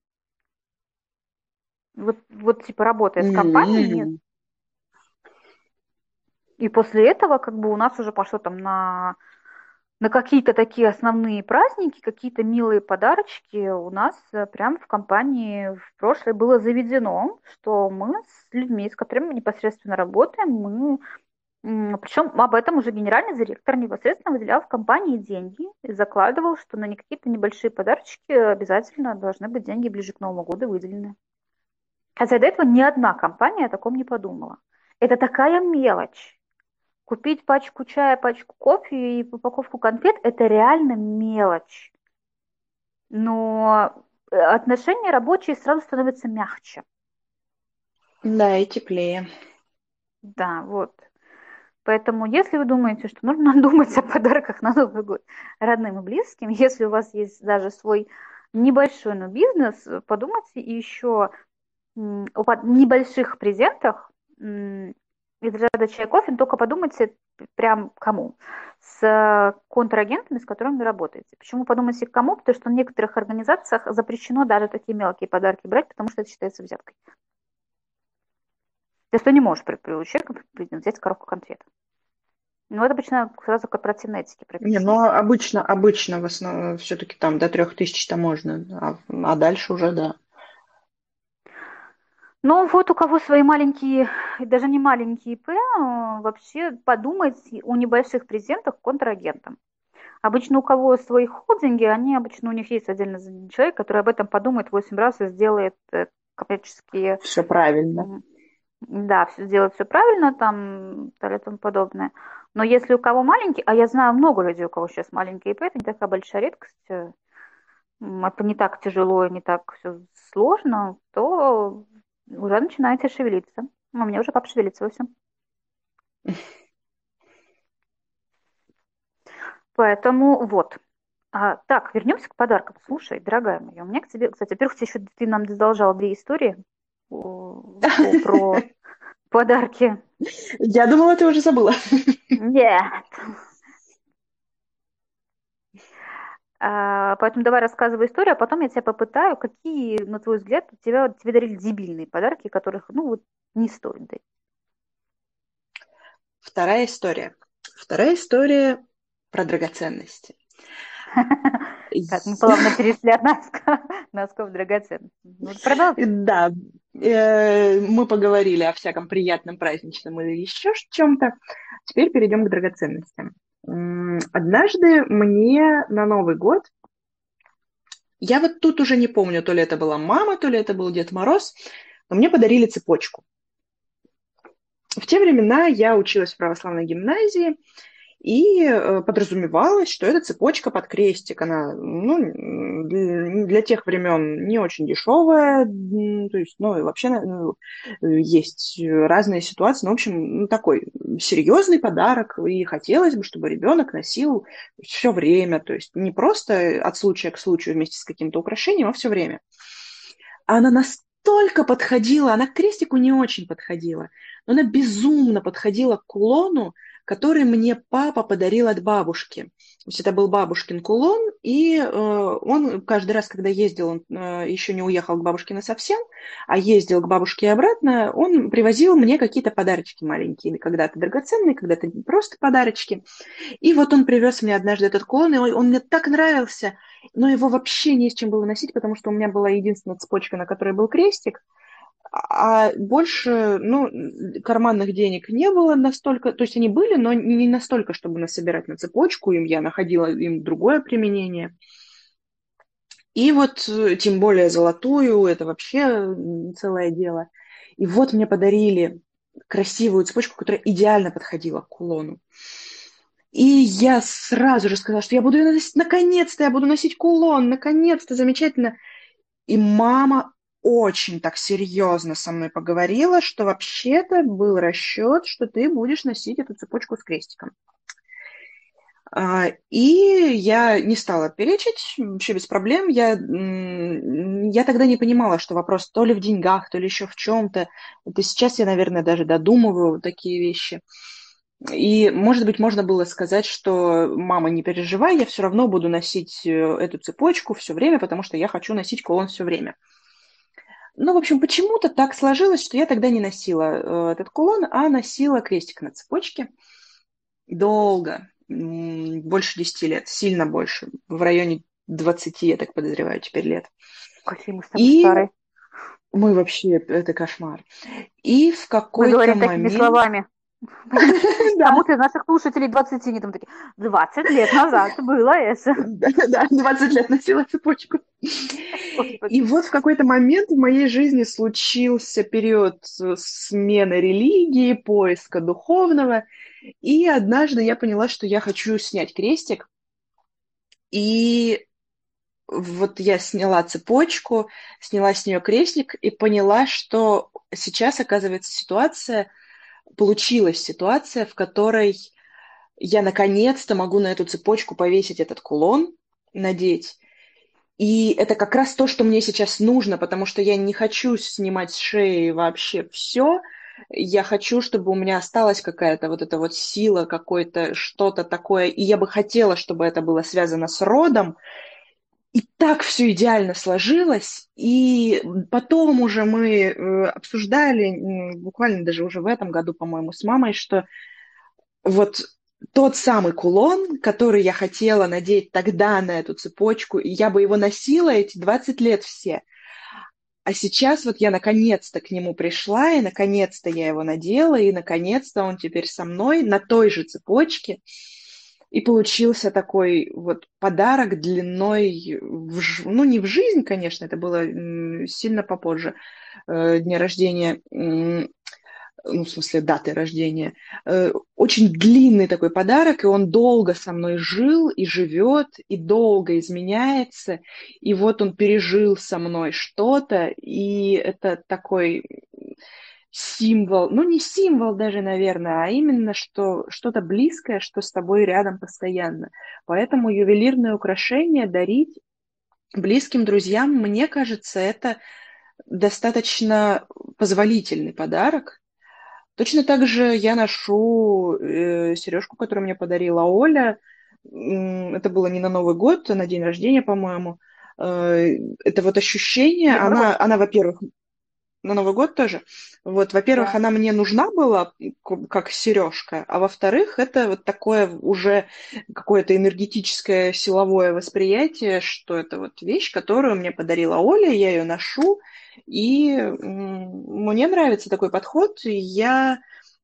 Вот, вот типа работая с компанией, нет. М. И после этого как бы у нас уже пошло там на, на какие-то такие основные праздники, какие-то милые подарочки у нас э, прям в компании в прошлое было заведено, что мы с людьми, с которыми мы непосредственно работаем, мы причем об этом уже генеральный директор непосредственно выделял в компании деньги и закладывал, что на какие-то небольшие подарочки обязательно должны быть деньги ближе к Новому году выделены. Хотя до этого ни одна компания о таком не подумала. Это такая мелочь. Купить пачку чая, пачку кофе и упаковку конфет – это реально мелочь. Но э, отношения рабочие сразу становятся мягче. Да, и теплее. Да, вот. Поэтому, если вы думаете, что нужно думать о подарках на Новый год родным и близким, если у вас есть даже свой небольшой, но бизнес, подумайте еще м, о под- небольших презентах, м, из ряда чай, кофе, но только подумайте прям кому. С э, контрагентами, с которыми вы работаете. Почему подумайте к кому? Потому что в некоторых организациях запрещено даже такие мелкие подарки брать, потому что это считается взяткой. То есть ты не можешь при, при человеку взять коробку конфет. Ну, это обычно сразу корпоративной этики Не, прописано. ну обычно, обычно в основном все-таки там до трех тысяч-то можно, а, а дальше уже да. Ну, вот у кого свои маленькие, даже не маленькие ИП, э, вообще подумать о небольших презентах контрагентам. Обычно у кого свои холдинги, они обычно, у них есть отдельный человек, который об этом подумает восемь раз и сделает э, коммерческие, Все правильно. м, да, все сделает все правильно, там, и так далее и тому подобное. Но если у кого маленький, а я знаю много людей, у кого сейчас маленькие ИП, это не такая большая редкость, э, м, это не так тяжело и не так все сложно, то уже начинаете шевелиться. У меня уже папа шевелится во всем. Поэтому вот. А, так, вернемся к подаркам. Слушай, дорогая моя, у меня к тебе, кстати, во-первых, ты еще ты нам задолжал две истории о- о- про подарки. Я думала, ты уже забыла. Нет. А, поэтому давай рассказывай историю, а потом я тебя попытаю, какие, на твой взгляд, у тебя, тебе дарили дебильные подарки, которых, ну, вот не стоит дарить. Вторая история. Вторая история про драгоценности. Как мы плавно перешли от носка, носков драгоценностей. Ну, продолжай. Да, э, мы поговорили о всяком приятном, праздничном или еще чем-то. Теперь перейдем к драгоценностям. М, Однажды мне на Новый год, я вот тут уже не помню, то ли это была мама, то ли это был Дед Мороз, но мне подарили цепочку. В те времена я училась в православной гимназии, и э, подразумевалось, что это цепочка под крестик. Она, ну, для, для тех времен не очень дешевая, м, то есть, ну, и вообще ну, есть разные ситуации. Ну, в общем, ну, такой серьезный подарок, и хотелось бы, чтобы ребенок носил все время, то есть не просто от случая к случаю вместе с каким-то украшением, а все время. А она настолько подходила, она к крестику не очень подходила, но она безумно подходила к кулону, который мне папа подарил от бабушки. То есть это был бабушкин кулон, и э, он каждый раз, когда ездил, он э, еще не уехал к бабушке насовсем, а ездил к бабушке и обратно, он привозил мне какие-то подарочки маленькие, когда-то драгоценные, когда-то просто подарочки. И вот он привез мне однажды этот кулон, и он, он мне так нравился, но его вообще не с чем было носить, потому что у меня была единственная цепочка, на которой был крестик, а больше, ну, карманных денег не было настолько, то есть они были, но не настолько, чтобы насобирать на цепочку, им я находила им другое применение. И вот, э, тем более золотую, это вообще м, целое дело. И вот мне подарили красивую цепочку, которая идеально подходила к кулону. И я сразу же сказала, что я буду её носить, наконец-то я буду носить кулон, наконец-то, замечательно. И мама очень так серьезно со мной поговорила, что вообще-то был расчет, что ты будешь носить эту цепочку с крестиком. А, И я не стала перечить, вообще без проблем. Я, м, я тогда не понимала, что вопрос то ли в деньгах, то ли еще в чем-то. Это сейчас я, наверное, даже додумываю такие вещи. И, может быть, можно было сказать, что мама, не переживай, я все равно буду носить э, эту цепочку все время, потому что я хочу носить кулон все время. Ну, в общем, почему-то так сложилось, что я тогда не носила э, этот кулон, а носила крестик на цепочке долго, м, больше десяти лет, сильно больше, в районе двадцати, я так подозреваю, теперь лет. Какие мы с тобой И старые. мы вообще, это кошмар. И в Мы какой-то говорим такими момент, словами. Понимаешь, да, кому-то из наших слушателей двадцати, не там такие, двадцать лет назад было это. да, да, двадцать лет носила цепочку. И Господи. вот в какой-то момент в моей жизни случился период э, смены религии, поиска духовного, и однажды я поняла, что я хочу снять крестик, и вот я сняла цепочку, сняла с нее крестик и поняла, что сейчас, оказывается, ситуация, получилась ситуация, в которой я наконец-то могу на эту цепочку повесить этот кулон, надеть. И это как раз то, что мне сейчас нужно, потому что я не хочу снимать с шеи вообще все. Я хочу, чтобы у меня осталась какая-то вот эта вот сила, какое-то что-то такое. И я бы хотела, чтобы это было связано с родом. И так все идеально сложилось. И потом уже мы э, обсуждали, м, буквально даже уже в этом году, по-моему, с мамой, что вот тот самый кулон, который я хотела надеть тогда на эту цепочку, и я бы его носила эти двадцать лет все. А сейчас вот я наконец-то к нему пришла, и наконец-то я его надела, и наконец-то он теперь со мной на той же цепочке. И получился такой вот подарок длиной, в, ж- ну не в жизнь, конечно, это было м, сильно попозже э, дня рождения, м, ну, в смысле, даты рождения. Э, очень длинный такой подарок, и он долго со мной жил и живет, и долго изменяется. И вот он пережил со мной что-то, и это такой символ, ну не символ даже, наверное, а именно что что-то близкое, что с тобой рядом постоянно. Поэтому ювелирные украшения дарить близким друзьям, мне кажется, это достаточно позволительный подарок. Точно так же я ношу э, сережку, которую мне подарила Оля. М, Это было не на Новый год, а на день рождения, по-моему. Э, Это вот ощущение, Или в Новый она, год? она, во-первых, на Новый год тоже. Вот, во-первых, Да. она мне нужна была к- как сережка, а во-вторых, это вот такое уже какое-то энергетическое силовое восприятие, что это вот вещь, которую мне подарила Оля, я ее ношу, и м, мне нравится такой подход, и я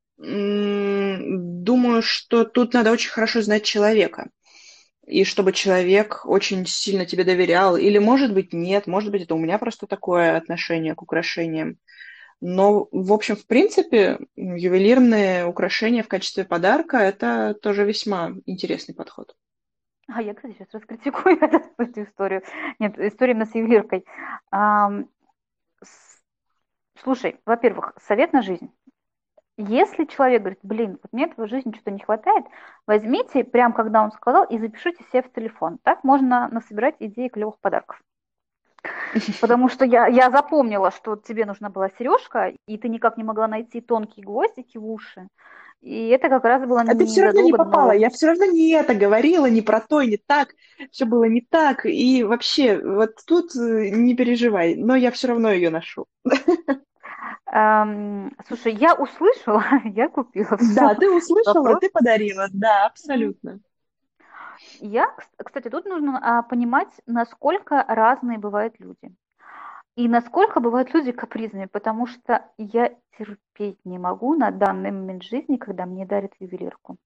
м, думаю, что тут надо очень хорошо знать человека. И чтобы человек очень сильно тебе доверял. Или, может быть, нет. Может быть, это у меня просто такое отношение к украшениям. Но, в общем, в принципе, ювелирные украшения в качестве подарка – это тоже весьма интересный подход. А я, кстати, сейчас раскритикую эту, эту историю. Нет, история именно с ювелиркой. Ам, с- слушай, во-первых, совет на жизнь. Если человек говорит, блин, вот мне в жизни что-то не хватает, возьмите, прям когда он сказал, и запишите себе в телефон. Так можно насобирать идеи клевых подарков. Потому что я, я запомнила, что тебе нужна была сережка, и ты никак не могла найти тонкие гвоздики в уши. И это как раз было А ты все равно не незадолго до попала. Нового. Я все равно не это говорила, не про то, не так. Все было не так. И вообще, вот тут э, не переживай. Но я все равно ее ношу. Эм, слушай, я услышала, я купила все. Да, ты услышала, Вопрос. ты подарила. Да, М. абсолютно. Я, кс- кстати, тут нужно а, понимать, насколько разные бывают люди. И насколько бывают люди капризными, потому что я терпеть не могу на данный момент жизни, когда мне дарят ювелирку.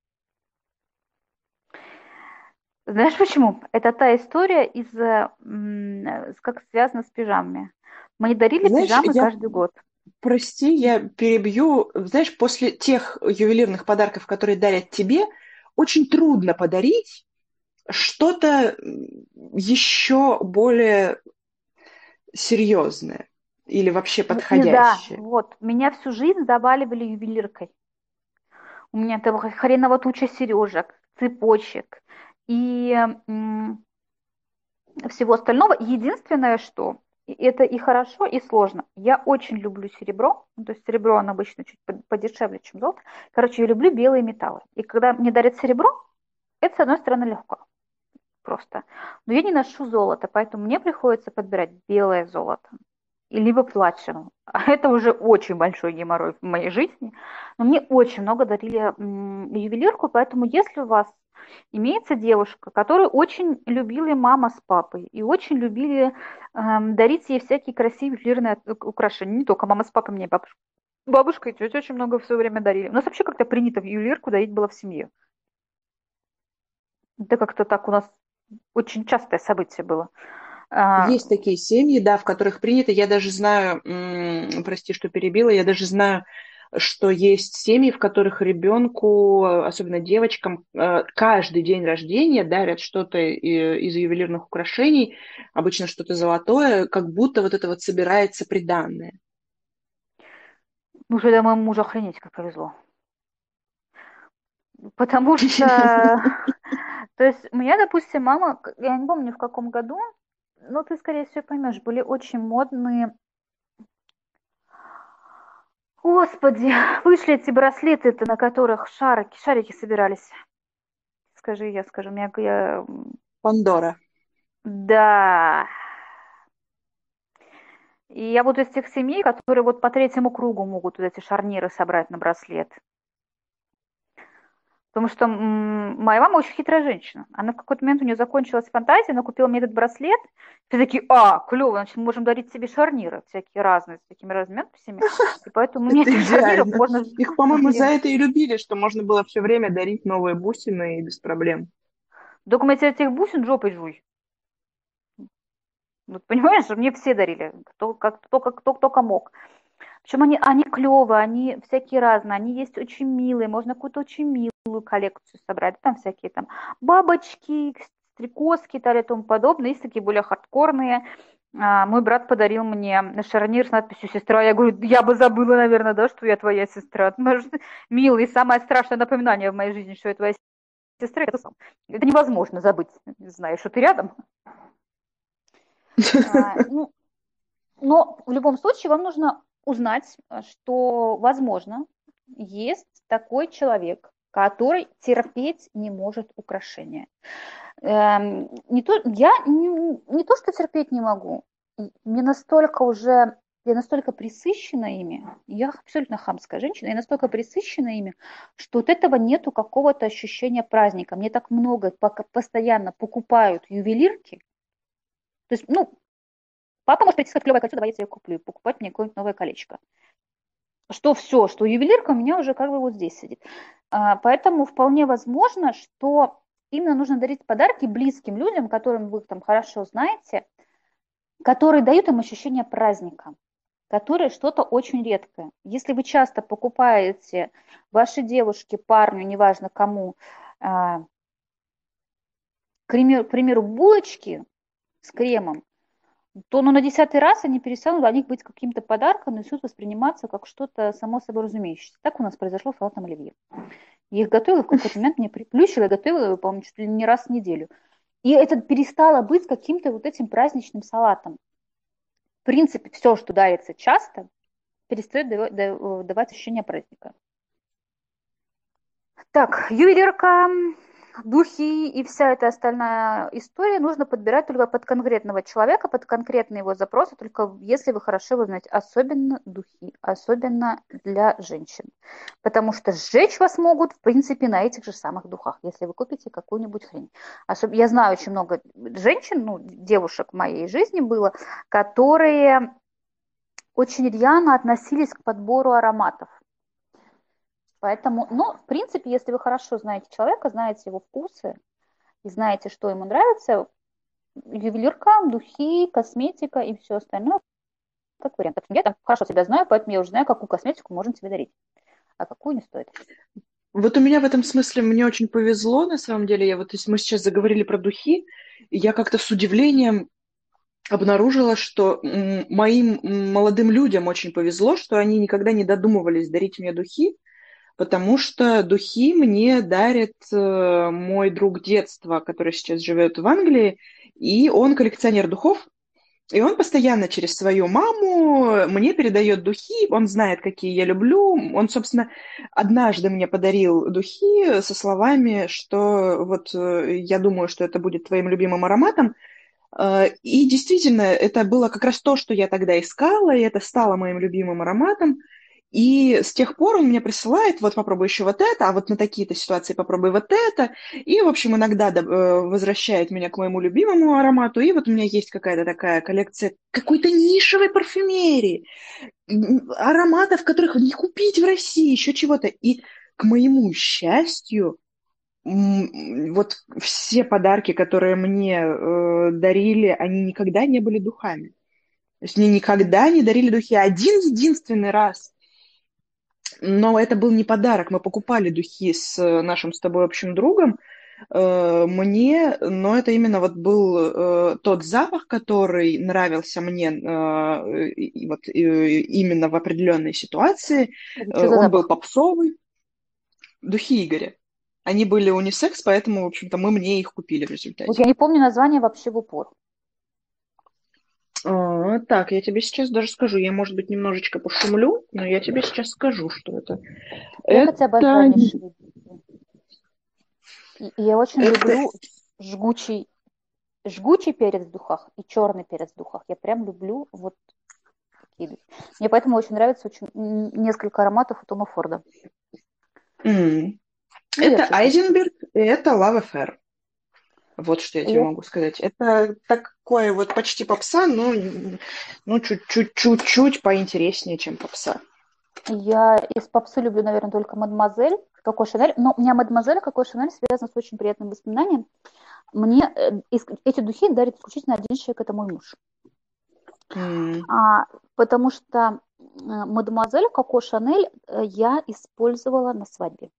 Знаешь почему? Это та история из, э, м, э, с- как связано с пижамами. Мне дарили Знаешь, пижамы я, каждый год. прости, я перебью. Знаешь, после тех ювелирных подарков, которые дарят тебе, очень трудно подарить что-то еще более серьезное или вообще М, и да, подходящее. вот, меня всю жизнь заваливали ювелиркой. У меня там хреново туча сережек, цепочек и м, всего остального. Единственное, что и это и хорошо, и сложно. Я очень люблю серебро, ну, то есть серебро, оно обычно чуть под- подешевле, чем золото. Короче, я люблю белые металлы. И когда мне дарят серебро, это, с одной стороны, легко просто. Но я не ношу золото, поэтому мне приходится подбирать белое золото и либо платину. А это уже очень большой геморрой в моей жизни. Но мне очень много дарили м, ювелирку, поэтому если у вас имеется девушка, которую очень любили мама с папой и очень любили эм, дарить ей всякие красивые ювелирные украшения, не только мама с папой, мне бабушка, бабушка и тетя очень много все время дарили. У нас вообще как-то принято в ювелирку дарить было в семье. Это как-то так у нас очень частое событие было. А, Есть такие семьи, да, в которых принято. Я даже знаю, м, прости, что перебила, я даже знаю, что есть семьи, в которых ребенку, особенно девочкам, э, каждый день рождения дарят что-то и- из ювелирных украшений, обычно что-то золотое, как будто вот это вот собирается приданое. ну, что моему мужу охренеть как повезло. Потому что, то есть, у меня, допустим, мама, к- я не помню в каком году, но ты, скорее всего, поймешь, были очень модные Господи, вышли эти браслеты-то, на которых шарики, шарики собирались. Скажи, я скажу, меня, я... Пандора. Да. И я вот из тех семей, которые вот по третьему кругу могут вот эти шарниры собрать на браслет. Потому что м, моя мама очень хитрая женщина. Она в какой-то момент, у нее закончилась фантазия, она купила мне этот браслет. Все такие, а, клево, значит, мы можем дарить себе шарниры всякие разные, с такими разными надписями. И поэтому мне Это этих шарниров идеально. можно... Их, по-моему, за это и любили, что можно было все время дарить новые бусины и без проблем. Только этих бусин жопой жуй. Вот понимаешь, мне все дарили, кто как кто как кто только мог. Причем они, они клевые, они всякие разные, они есть очень милые, можно какую-то очень милую коллекцию собрать, там всякие там бабочки, стрекозки и так и тому подобное, есть такие более хардкорные. А, мой брат подарил мне шарнир с надписью «Сестра». Я говорю, я бы забыла, наверное, да, что я твоя сестра. Может, милый, самое страшное напоминание в моей жизни, что я твоя сестра, это сам. Это невозможно забыть, знаешь, что ты рядом. А, ну, но в любом случае вам нужно узнать, что, возможно, есть такой человек, который терпеть не может украшения. Эм, не то, я не, не то, что терпеть не могу, мне настолько уже, я настолько присыщена ими, я абсолютно хамская женщина, я настолько присыщена ими, что от этого нету какого-то ощущения праздника. Мне так много пока постоянно покупают ювелирки, то есть, ну, папа может прийти сказать, клевое кольцо, давай я тебе куплю, покупать мне какое-нибудь новое колечко. Что все, что ювелирка у меня уже как бы вот здесь сидит. А, поэтому вполне возможно, что именно нужно дарить подарки близким людям, которым вы там хорошо знаете, которые дают им ощущение праздника, которые что-то очень редкое. Если вы часто покупаете вашей девушке, парню, неважно кому, а, к примеру, к примеру, булочки с кремом, то ну, на десятый раз они перестанут для них быть каким-то подарком и начнут восприниматься как что-то само собой разумеющееся. Так у нас произошло с салатом оливье. Я их готовила, в какой-то момент мне приплющило, я готовила его, по-моему, чуть ли не раз в неделю. И это перестало быть каким-то вот этим праздничным салатом. В принципе, все, что дарится часто, перестает давать ощущение праздника. Так, ювелирка, духи и вся эта остальная история нужно подбирать только под конкретного человека, под конкретные его запросы, только если вы хорошо его знаете, особенно духи, особенно для женщин. Потому что сжечь вас могут, в принципе, на этих же самых духах, если вы купите какую-нибудь хрень. Особ... Я знаю очень много женщин, ну, девушек в моей жизни было, которые очень рьяно относились к подбору ароматов. Поэтому, ну, в принципе, если вы хорошо знаете человека, знаете его вкусы и знаете, что ему нравится, ювелирка, духи, косметика и все остальное, как вариант. Я там хорошо себя знаю, поэтому я уже знаю, какую косметику можно себе дарить, а какую не стоит. Вот у меня в этом смысле мне очень повезло, на самом деле. Я вот, если мы сейчас заговорили про духи, и я как-то с удивлением обнаружила, что м, моим м, молодым людям очень повезло, что они никогда не додумывались дарить мне духи, потому что духи мне дарит э, мой друг детства, который сейчас живет в Англии, и он коллекционер духов, и он постоянно через свою маму мне передает духи, он знает, какие я люблю. Он, собственно, однажды мне подарил духи со словами, что вот э, я думаю, что это будет твоим любимым ароматом. Э, И действительно, это было как раз то, что я тогда искала, и это стало моим любимым ароматом. И с тех пор он мне присылает, вот попробуй еще вот это, а вот на такие-то ситуации попробуй вот это. И, в общем, иногда э, возвращает меня к моему любимому аромату. И вот у меня есть какая-то такая коллекция какой-то нишевой парфюмерии, м, ароматов, которых не купить в России, еще чего-то. И, к моему счастью, м, вот все подарки, которые мне э, дарили, они никогда не были духами. То есть мне никогда не дарили духи. Один единственный раз. Но это был не подарок. Мы покупали духи с э, нашим с тобой общим другом. Э, Мне, но это именно вот был э, тот запах, который нравился мне э, и вот э, именно в определенной ситуации. Это Э, что за Он был запах? попсовый. Духи Игоря. Они были унисекс, поэтому, в общем-то, мы мне их купили в Вот результате. я не помню название вообще в упор. А, так, я тебе сейчас даже скажу. Я, может быть, немножечко пошумлю, но я тебе сейчас скажу, что это. Я хотя бы Это, обожаю нишевые духи. И, и я очень это, люблю жгучий, жгучий перец в духах и черный перец в духах. Я прям люблю вот такие духи. Мне поэтому очень нравится очень, м, несколько ароматов у Тома Форда. м, Ну, я это честно скажу. Айзенберг и это Лава Фер. Вот что я тебе Я, могу сказать. Это такое вот почти попса, но ну, чуть-чуть, чуть-чуть поинтереснее, чем попса. я из попсы люблю, наверное, только Мадемуазель, Коко Шанель. Но у меня Мадемуазель и Коко Шанель связаны с очень приятным воспоминанием. Мне э, ис- эти духи дарит исключительно один человек, это мой муж. М, А, потому что э, Мадемуазель Коко Шанель э, я использовала на свадьбе.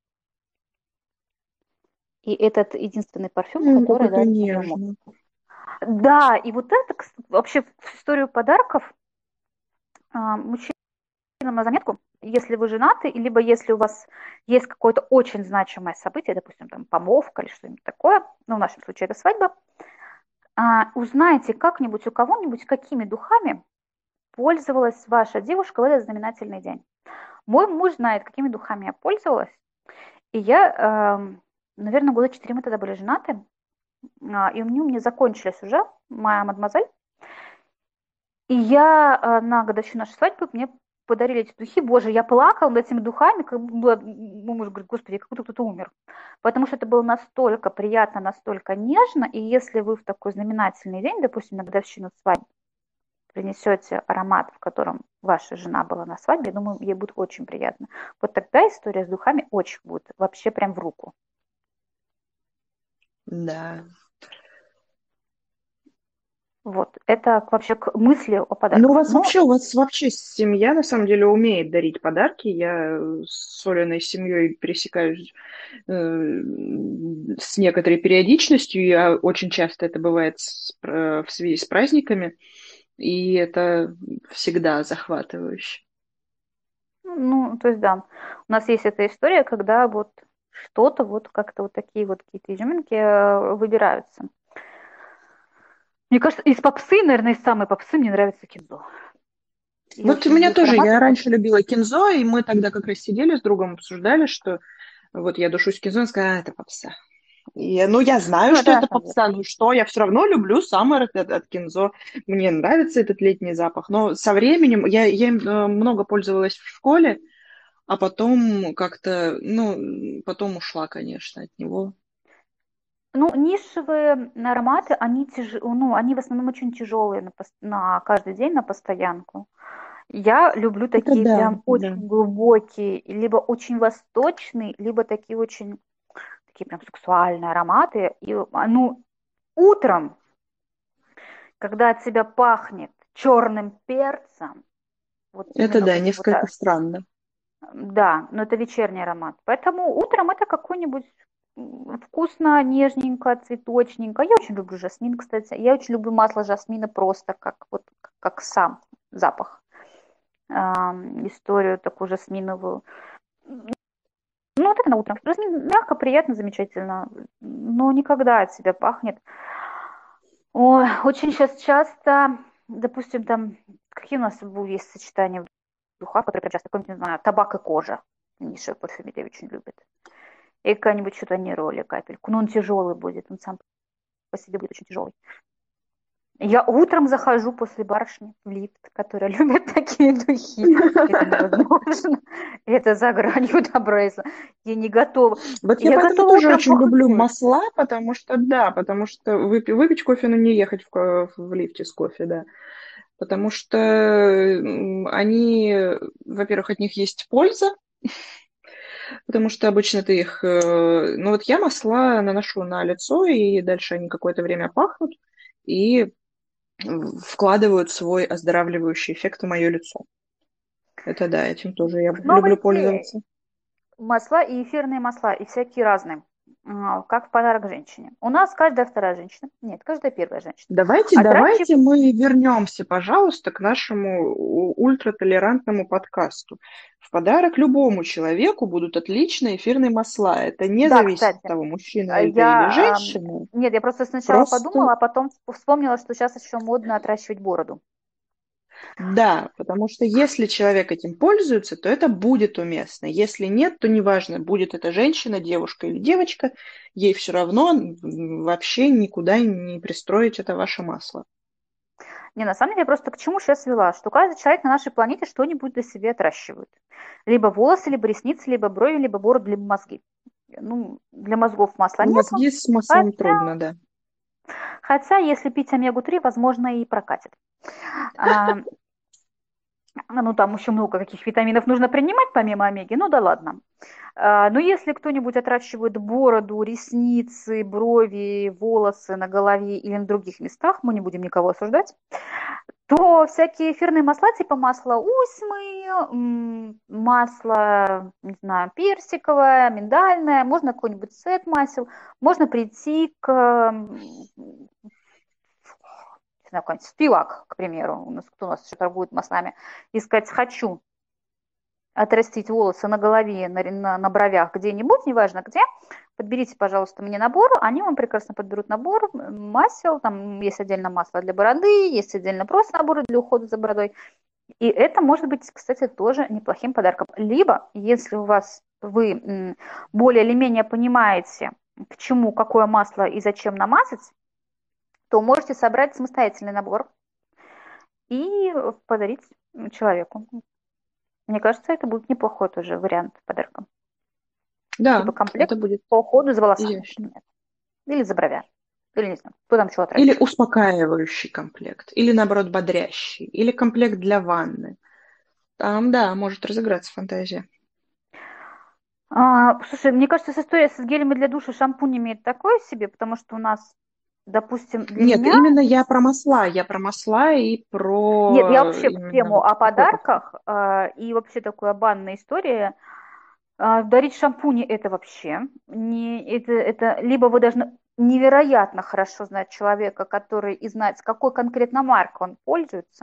И этот единственный парфюм, Ну, как который это дарит мне муж. нежно. Да, и вот это, кс- вообще, в историю подарков а, мужчинам на заметку, если вы женаты, либо если у вас есть какое-то очень значимое событие, допустим, там помолвка или что-нибудь такое, ну, в нашем случае это свадьба, а, узнайте как-нибудь у кого-нибудь, какими духами пользовалась ваша девушка в этот знаменательный день. Мой муж знает, какими духами я пользовалась, и я, эм, наверное, года четыре мы тогда были женаты, а, и у меня, у меня закончились уже моя мадемуазель, и я э, на годовщину нашей свадьбы мне подарили эти духи. Боже, я плакала над этими духами, как бы мой муж говорит, господи, как будто кто-то умер. Потому что это было настолько приятно, настолько нежно. И если вы в такой знаменательный день, допустим, на годовщину свадьбы, принесете аромат, в котором ваша жена была на свадьбе, я думаю, ей будет очень приятно. Вот тогда история с духами очень будет вообще прям в руку. Да. Вот, это вообще к мысли о Ну, у подарках. вас Но вообще, у вас вообще семья на самом деле умеет дарить подарки. Я э, с Олиной семьей пересекаюсь э, с некоторой периодичностью. Я очень часто это бывает с- э, в связи с праздниками, и это всегда захватывающе. ну, то есть, да, у нас есть эта история, когда вот что-то, вот как-то вот такие вот какие-то изюминки э, выбираются. Мне кажется, из попсы, наверное, из самой попсы мне нравится кинзо. Я Вот у очень меня люблю их тоже, ароматы. я Вот, раньше любила кинзо, и мы тогда как раз сидели с другом, обсуждали, что вот я душусь кинзо, и сказала, а, это попса. И, ну, я знаю, ну, что это это попса, ну что, я все равно люблю Summer от, от Кинзо. Мне нравится этот летний запах. Но со временем я, я им э, много пользовалась в школе, а потом как-то, ну, потом ушла, конечно, от него. ну, нишевые ароматы, они, тяж... ну, они в основном очень тяжелые на, пос- на каждый день, на постоянку. Я люблю Это такие да, прям да. очень глубокие, либо очень восточные, либо такие очень, такие прям сексуальные ароматы. И, а, ну, утром, когда от тебя пахнет черным перцем, вот Это именно да, вот, вот несколько так, странно. да, но это вечерний аромат. Поэтому утром это какой-нибудь м, вкусно, нежненько, цветочненько. Я очень люблю жасмин, кстати. Я очень люблю масло жасмина просто как вот как сам запах. Ам, историю такую жасминовую. Ну, вот это на утро. Жасмин мягко, приятно, замечательно. Но никогда от себя пахнет. Ой, очень сейчас часто, допустим, там, какие у нас есть сочетания в духах, которые прям часто, какой-нибудь, не знаю, табак и кожа. Ниша парфюмерия очень любит. И какая-нибудь что-то нероли, капельку. Но он тяжелый будет, он сам по себе будет очень тяжелый. Я утром захожу после барышни в лифт, которая любит такие духи. Это невозможно. Это за гранью добра и зла. Я не готова. Вот я Я поэтому готова тоже утром очень пахнуть люблю кожей. масла, потому что, да, потому что выпить, выпить кофе, но не ехать в, ко- в лифте с кофе, да. Потому что м, они, во-первых, от них есть польза, потому что обычно ты их... э, Ну вот я масла наношу на лицо, и дальше они какое-то время пахнут и вкладывают свой оздоравливающий эффект в мое лицо. Это да, этим тоже я Новая люблю идея. пользоваться. Масла и эфирные масла, и всякие разные. а, как в подарок женщине. У нас каждая вторая женщина, нет, каждая первая женщина Давайте, давайте отращивает. мы вернемся, пожалуйста, к нашему у- ультратолерантному подкасту. В подарок любому человеку будут отличные эфирные масла. Это не Да, зависит от кстати, того, мужчина а это или я... ам, женщина. Нет, я просто сначала Просто подумала, а потом вспомнила, что сейчас еще модно отращивать бороду. да, потому что если человек этим пользуется, то это будет уместно. Если нет, то неважно, будет это женщина, девушка или девочка, ей все равно м, вообще никуда не пристроить это ваше масло. Не, на самом деле, я просто к чему сейчас вела, что каждый человек на нашей планете что-нибудь для себя отращивает. Либо волосы, либо ресницы, либо брови, либо бороду, либо мозги. Ну, для мозгов масла нету, Мозги с маслом хотя, трудно, да. хотя если пить омегу три, возможно, и прокатит. А, ну, там еще много каких витаминов нужно принимать помимо омеги, ну да ладно. А, но если кто-нибудь отращивает бороду, ресницы, брови, волосы на голове или на других местах, мы не будем никого осуждать, то всякие эфирные масла, типа масла усьмы, м, масло, не знаю, персиковое, миндальное, можно какой-нибудь сет масел, можно прийти к, м, не знаю, какой-нибудь спивак, к примеру, у нас, кто у нас еще торгует маслами, и сказать, хочу отрастить волосы на голове, на, на, на бровях где-нибудь, неважно где, подберите, пожалуйста, мне набор, они вам прекрасно подберут набор масел, там есть отдельно масло для бороды, есть отдельно просто наборы для ухода за бородой, и это может быть, кстати, тоже неплохим подарком. Либо, если у вас вы более или менее понимаете, к чему, какое масло и зачем намазать, то можете собрать самостоятельный набор и подарить человеку. Мне кажется, это будет неплохой тоже вариант подарка. Типа Да, комплект это будет по уходу за волосами, изящно. например. Или за бровями. Или не знаю, кто там что Или отращивает. успокаивающий комплект, или наоборот бодрящий, или комплект для ванны. Там, да, может разыграться фантазия. А, слушай, мне кажется, с историей с гелями для душа, шампунями это такое себе, потому что у нас, допустим, для Нет, меня... именно я про масла, я про масла и Нет, я про вообще именно тему вот о такой подход. подарках а, и вообще такая банная история. А, дарить шампуни это вообще не... Это, это либо вы должны невероятно хорошо знать человека, который и знать, с какой конкретно маркой он пользуется,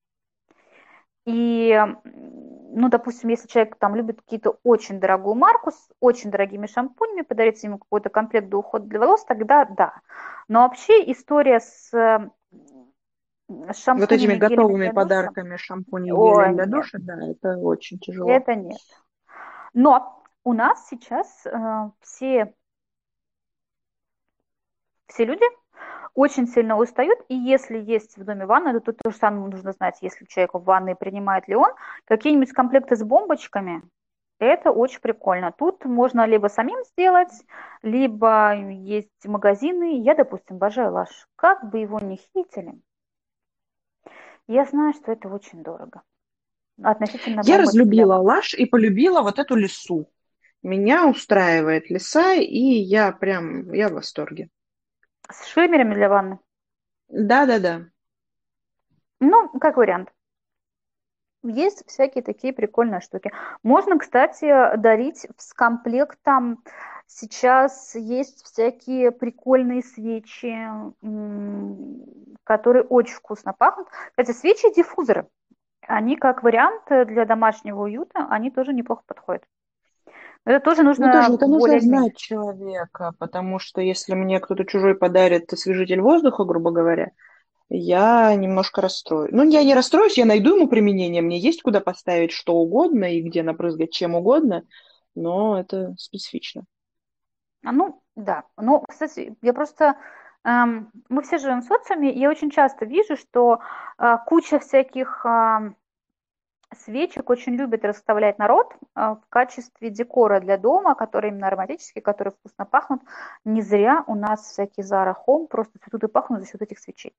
и, ну, допустим, если человек там любит какие-то очень дорогую марку с очень дорогими шампунями, подарить ему какой-то комплект для ухода для волос, тогда да. Но вообще история с, э, с Вот этими шампунями, гелями готовыми для душа, подарками шампуней и гелей ой, для нет, душа, да, это очень тяжело. это нет. Но у нас сейчас э, все, все люди очень сильно устают, и если есть в доме ванна, то тут то же самое нужно знать, если человек в ванной принимает ли он, какие-нибудь комплекты с бомбочками, это очень прикольно. Тут можно либо самим сделать, либо есть магазины. Я, допустим, обожаю Лаш. Как бы его ни хитили, я знаю, что это очень дорого. Относительно Я бомбочек для разлюбила ванны. Лаш и полюбила вот эту лису. Меня устраивает лиса, и я прям, я в восторге. С шиммерами для ванны. Да-да-да. Ну, как вариант. Есть всякие такие прикольные штуки. Можно, кстати, дарить с комплектом. Сейчас есть всякие прикольные свечи, м, которые очень вкусно пахнут. Кстати, свечи и диффузоры, они как вариант для домашнего уюта, они тоже неплохо подходят. Но это тоже Ну, тоже нужно это нужно более-менее. знать человека, потому что если мне кто-то чужой подарит освежитель воздуха, грубо говоря, я немножко расстрою. Ну, я не расстроюсь, я найду ему применение. Мне есть куда поставить что угодно и где напрызгать чем угодно, но это специфично. А, ну, да. Ну, кстати, я просто... эм, мы все живем в социуме, и я очень часто вижу, что э, куча всяких ам, свечек очень любит расставлять народ а, в качестве декора для дома, которые именно ароматические, которые вкусно пахнут. Не зря у нас всякие Zara Home просто цветут и пахнут за счет этих свечей.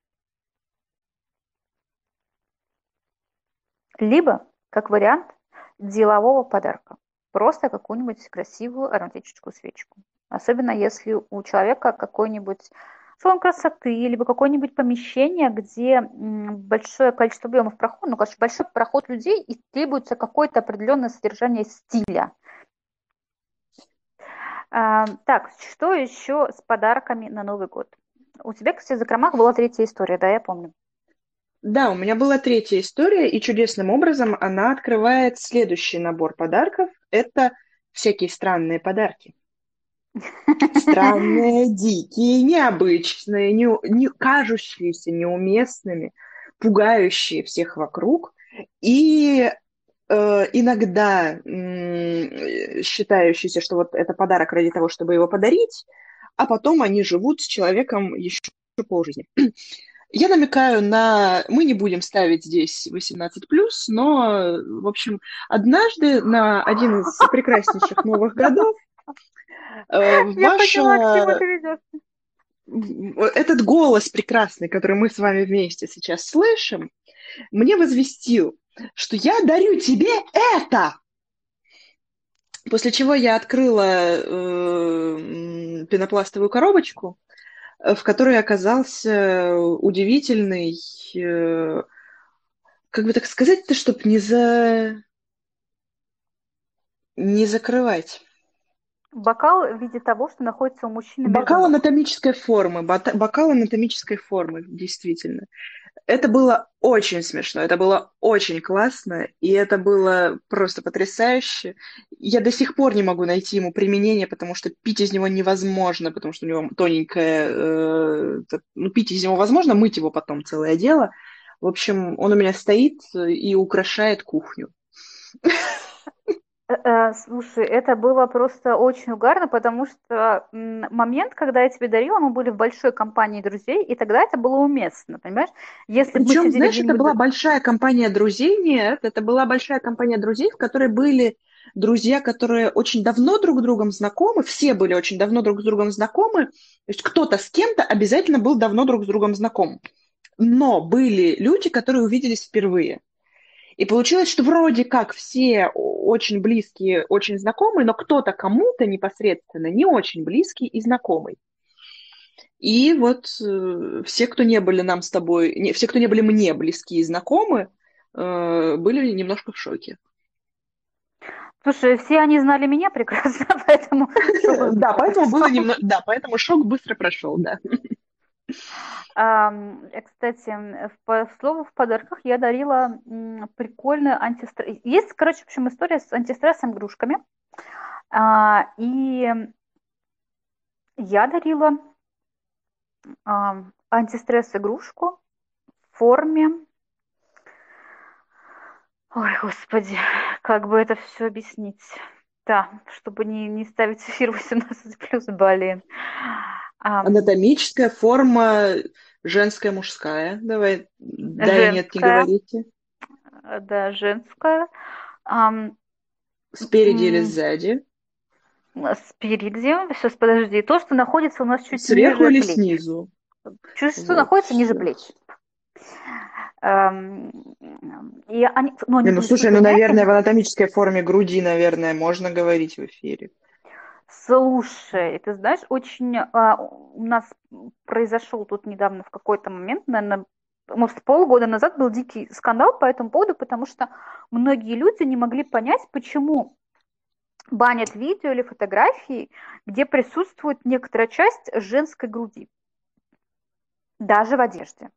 Либо, как вариант, делового подарка. Просто какую-нибудь красивую ароматическую свечку. Особенно если у человека какой-нибудь салон красоты, либо какое-нибудь помещение, где м, большое количество объемов прохода, ну, короче, большой проход людей и требуется какое-то определенное содержание стиля. А, так, что еще с подарками на Новый год? У тебя, кстати, в закромах была третья история, да, я помню. Да, у меня была третья история, и чудесным образом она открывает следующий набор подарков. Это всякие странные подарки. Странные, дикие, необычные, не, не- кажущиеся неуместными, пугающие всех вокруг. И э, иногда м, считающиеся, что вот это подарок ради того, чтобы его подарить, а потом они живут с человеком еще полжизни. Я намекаю на... Мы не будем ставить здесь восемнадцать плюс, но, в общем, однажды на один из прекраснейших новых годов э, Я поняла, к чему ваша... ты ведешь. этот голос прекрасный, который мы с вами вместе сейчас слышим, мне возвестил, что я дарю тебе это. После чего я открыла э, пенопластовую коробочку, э, в которой оказался удивительный, э, как бы так сказать-то, чтобы не за... не закрывать. Бокал в виде того, что находится у мужчины между Бокал ног. анатомической формы, бота- бокал анатомической формы, действительно. Это было очень смешно, это было очень классно, и это было просто потрясающе. Я до сих пор не могу найти ему применение, потому что пить из него невозможно, потому что у него тоненькое... э, так, ну, пить из него возможно, мыть его потом целое дело. В общем, он у меня стоит и украшает кухню. Э, э, Слушай, это было просто очень угарно, потому что м, момент, когда я тебе дарила, мы были в большой компании друзей, и тогда это было уместно, понимаешь? Если бы мы Причем, сидели знаешь, это была где-нибудь... большая компания друзей. Нет, это была большая компания друзей, в которой были друзья, которые очень давно друг с другом знакомы, все были очень давно друг с другом знакомы, то есть кто-то с кем-то обязательно был давно друг с другом знаком. Но были люди, которые увиделись впервые. И получилось, что вроде как все очень близкие, очень знакомые, но кто-то кому-то непосредственно не очень близкий и знакомый. И вот э, все, кто не были нам с тобой, не, все, кто не были мне близки и знакомы, э, были немножко в шоке. Слушай, все они знали меня прекрасно, поэтому шок их Да, быстро поэтому было прошел. немного, да, поэтому шок быстро прошел, да. Ам, э, Кстати, м, в, по- в слову в подарках я дарила м, прикольную антистресс. Есть, короче, в общем, история с антистрессом игрушками. А, и я дарила ам, антистресс игрушку в форме. Ой, господи, как бы это все объяснить? Да, чтобы не, не ставить эфир восемнадцать плюс, блин. Ам, Анатомическая форма женская, мужская. Давай, да и нет, не Женская, говорите. э, да, женская. Ам, Спереди или м, сзади? Спереди, сейчас подожди, то, что находится у нас чуть Сверху ниже или плеч. снизу? Чуть что Вот, находится ниже все. плеч. Эм, И они, но Не, они ну были слушай, супер ну, наверное, в мягкие. анатомической форме груди, наверное, можно говорить в эфире. Слушай, ты знаешь, очень а, у нас произошел тут недавно в какой-то момент, наверное, может, полгода назад был дикий скандал по этому поводу, потому что многие люди не могли понять, почему банят видео или фотографии, где присутствует некоторая часть женской груди, даже в одежде.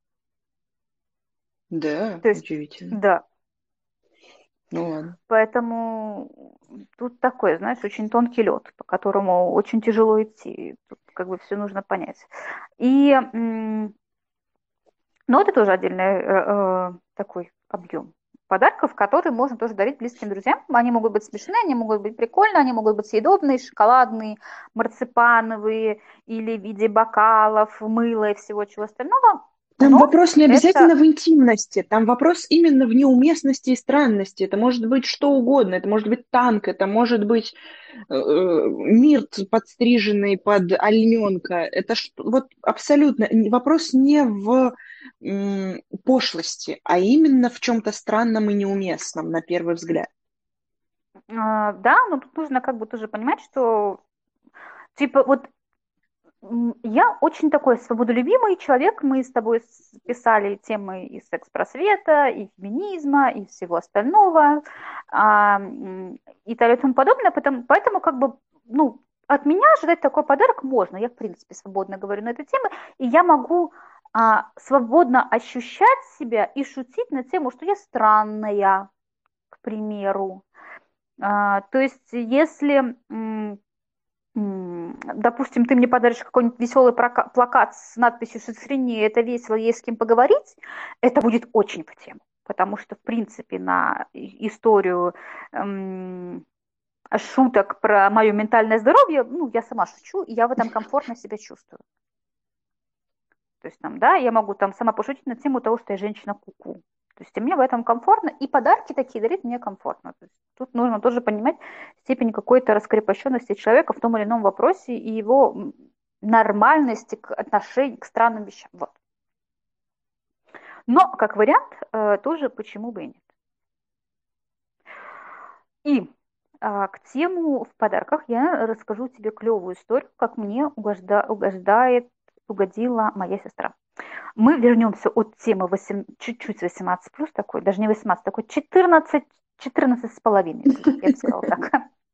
Да, То есть, удивительно. да, Ну ладно. поэтому тут такой, знаешь, очень тонкий лед, по которому очень тяжело идти. Тут как бы все нужно понять. И, м, ну, это тоже отдельный э, э, такой объем подарков, которые можно тоже дарить близким друзьям. Они могут быть смешные, они могут быть прикольные, они могут быть съедобные, шоколадные, марципановые или в виде бокалов, мыла и всего чего остального. Там Но вопрос не обязательно это в интимности, там вопрос именно в неуместности и странности. Это может быть что угодно, это может быть танк, это может быть э, э, мирт, подстриженный под олененка. Это ж- вот абсолютно вопрос не в м, пошлости, а именно в чем-то странном и неуместном на первый взгляд. э, да, но тут нужно как бы тоже понимать, что типа вот М, я очень такой свободолюбимый человек. Мы с тобой с- писали темы и секс-просвета, и феминизма, и всего остального, а, м, и так далее и тому подобное. Поэтому, поэтому как бы, ну, от меня ожидать такой подарок можно. Я, в принципе, свободно говорю на эту тему. И я могу а, свободно ощущать себя и шутить на тему, что я странная, к примеру. А, то есть, если, м, м, допустим, ты мне подаришь какой-нибудь веселый прока- плакат с надписью «Шизофрения, это весело, есть с кем поговорить», это будет очень по тему. Потому что, в принципе, на и- историю м, шуток про мое ментальное здоровье, ну, я сама шучу, и я в этом комфортно себя чувствую. То есть там, да, я могу там сама пошутить на тему того, что я женщина куку. То есть и мне в этом комфортно, и подарки такие дарить мне комфортно. То есть тут нужно тоже понимать степень какой-то раскрепощенности человека в том или ином вопросе и его м, нормальности к отношению к странным вещам. Вот. Но, как вариант, э, тоже почему бы и нет. И а, к тему в подарках я расскажу тебе клевую историю, как мне угожда, угождает, угодила моя сестра. Мы вернемся от темы восемь, чуть-чуть восемнадцать плюс, такой, даже не восемнадцать, такой четырнадцать, четырнадцать с половиной плюс, я бы сказала так.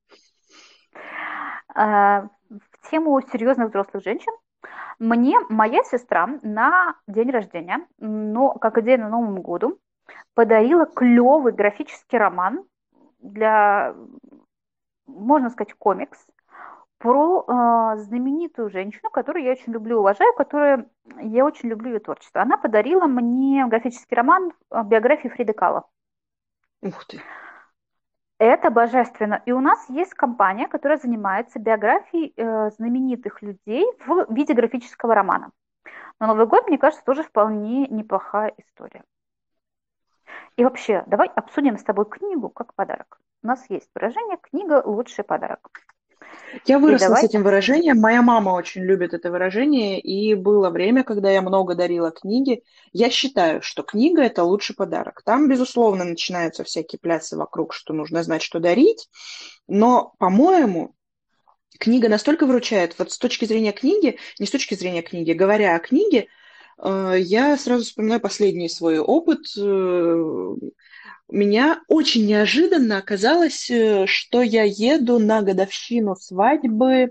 А, В тему серьезных взрослых женщин. Мне моя сестра на день рождения, но как идея на Новому году, подарила клевый графический роман для, можно сказать, комикс про э, знаменитую женщину, которую я очень люблю и уважаю, которую я очень люблю ее творчество. Она подарила мне графический роман э, биографии Фриды Кало. Ух ты. Это божественно. И у нас есть компания, которая занимается биографией э, знаменитых людей в виде графического романа. На Новый год, мне кажется, тоже вполне неплохая история. И вообще, давай обсудим с тобой книгу как подарок. У нас есть выражение «книга– лучший подарок». Я И выросла с давай этим обсудим. выражением. Моя мама очень любит это выражение, и было время, когда я много дарила книги. Я считаю, что книга– это лучший подарок. Там, безусловно, начинаются всякие плясы вокруг, что нужно знать, что дарить. Но, по-моему, книга настолько выручает. Вот с точки зрения книги, не с точки зрения книги, говоря о книге, э, я сразу вспоминаю последний свой опыт. Э, У меня очень неожиданно оказалось, э, что я еду на годовщину свадьбы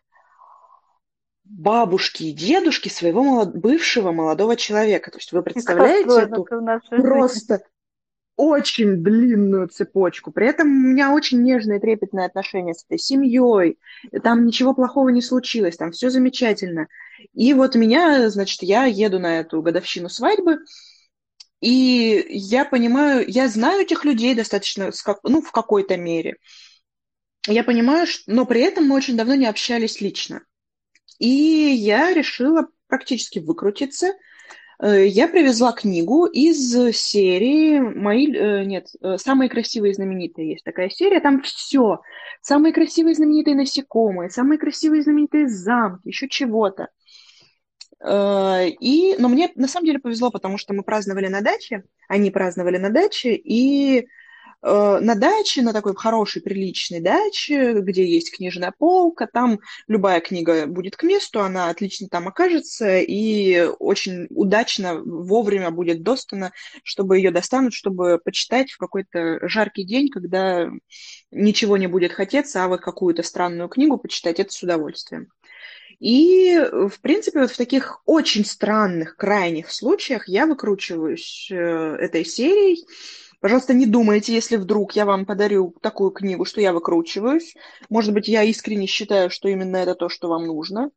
бабушки и дедушки своего молод- бывшего молодого человека. То есть вы Как представляете сложно эту в нашей жизни. просто очень длинную цепочку. При этом у меня очень нежные и трепетные отношения с этой семьей. Там ничего плохого не случилось, там все замечательно. И вот меня, значит, я еду на эту годовщину свадьбы, и я понимаю, я знаю этих людей достаточно, с как- ну, в какой-то мере. Я понимаю, что, но при этом мы очень давно не общались лично. И я решила практически выкрутиться. Э, Я привезла книгу из серии «Мои...» э, Нет, э, «Самые красивые и знаменитые» есть такая серия. Там все. Самые красивые и знаменитые насекомые, самые красивые и знаменитые замки, еще чего-то. Э, И... Но мне на самом деле повезло, потому что мы праздновали на даче, они праздновали на даче, и э, на даче, на такой хорошей, приличной даче, где есть книжная полка, там любая книга будет к месту, она отлично там окажется и очень удачно вовремя будет достана, чтобы ее достанут, чтобы почитать в какой-то жаркий день, когда ничего не будет хотеться, а вот какую-то странную книгу почитать, это с удовольствием. И, в принципе, вот в таких очень странных, крайних случаях я выкручиваюсь э, этой серией. Пожалуйста, не думайте, если вдруг я вам подарю такую книгу, что я выкручиваюсь. Может быть, я искренне считаю, что именно это то, что вам нужно.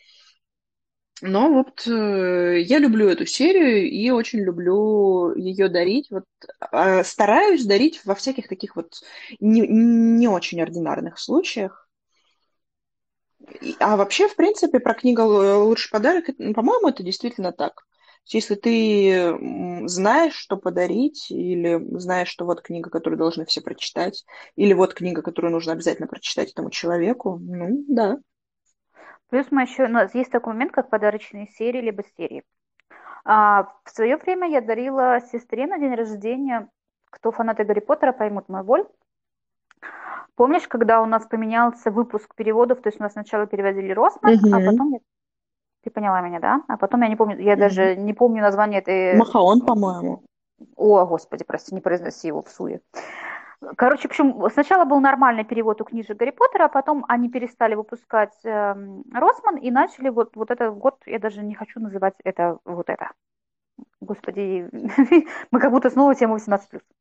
Но вот э, я люблю эту серию и очень люблю ее дарить. Вот, э, стараюсь дарить во всяких таких вот не, не очень ординарных случаях. И- А вообще, в принципе, про книгу «Л- «Лучший подарок», это, ну, по-моему, это действительно так. То есть, если ты м, знаешь, что подарить, или знаешь, что вот книга, которую должны все прочитать, или вот книга, которую нужно обязательно прочитать этому человеку, ну, да. Плюс мы еще, у нас есть такой момент, как подарочные серии, либо серии. А, в свое время я дарила сестре на день рождения, кто фанаты Гарри Поттера, поймут мою боль. Помнишь, когда у нас поменялся выпуск переводов, то есть у нас сначала переводили Росман, а Мгм. потом, я- ты поняла меня, да? А потом я не помню, я Мгм. даже не помню название этой... Махаон, по-моему. О, господи, прости, не произноси его в суе. Короче, в общем, сначала был нормальный перевод у книжек Гарри Поттера, а потом они перестали выпускать эм, Росман и начали вот, вот этот год, я даже не хочу называть это вот это. Господи, мы как будто снова тема восемнадцать плюс.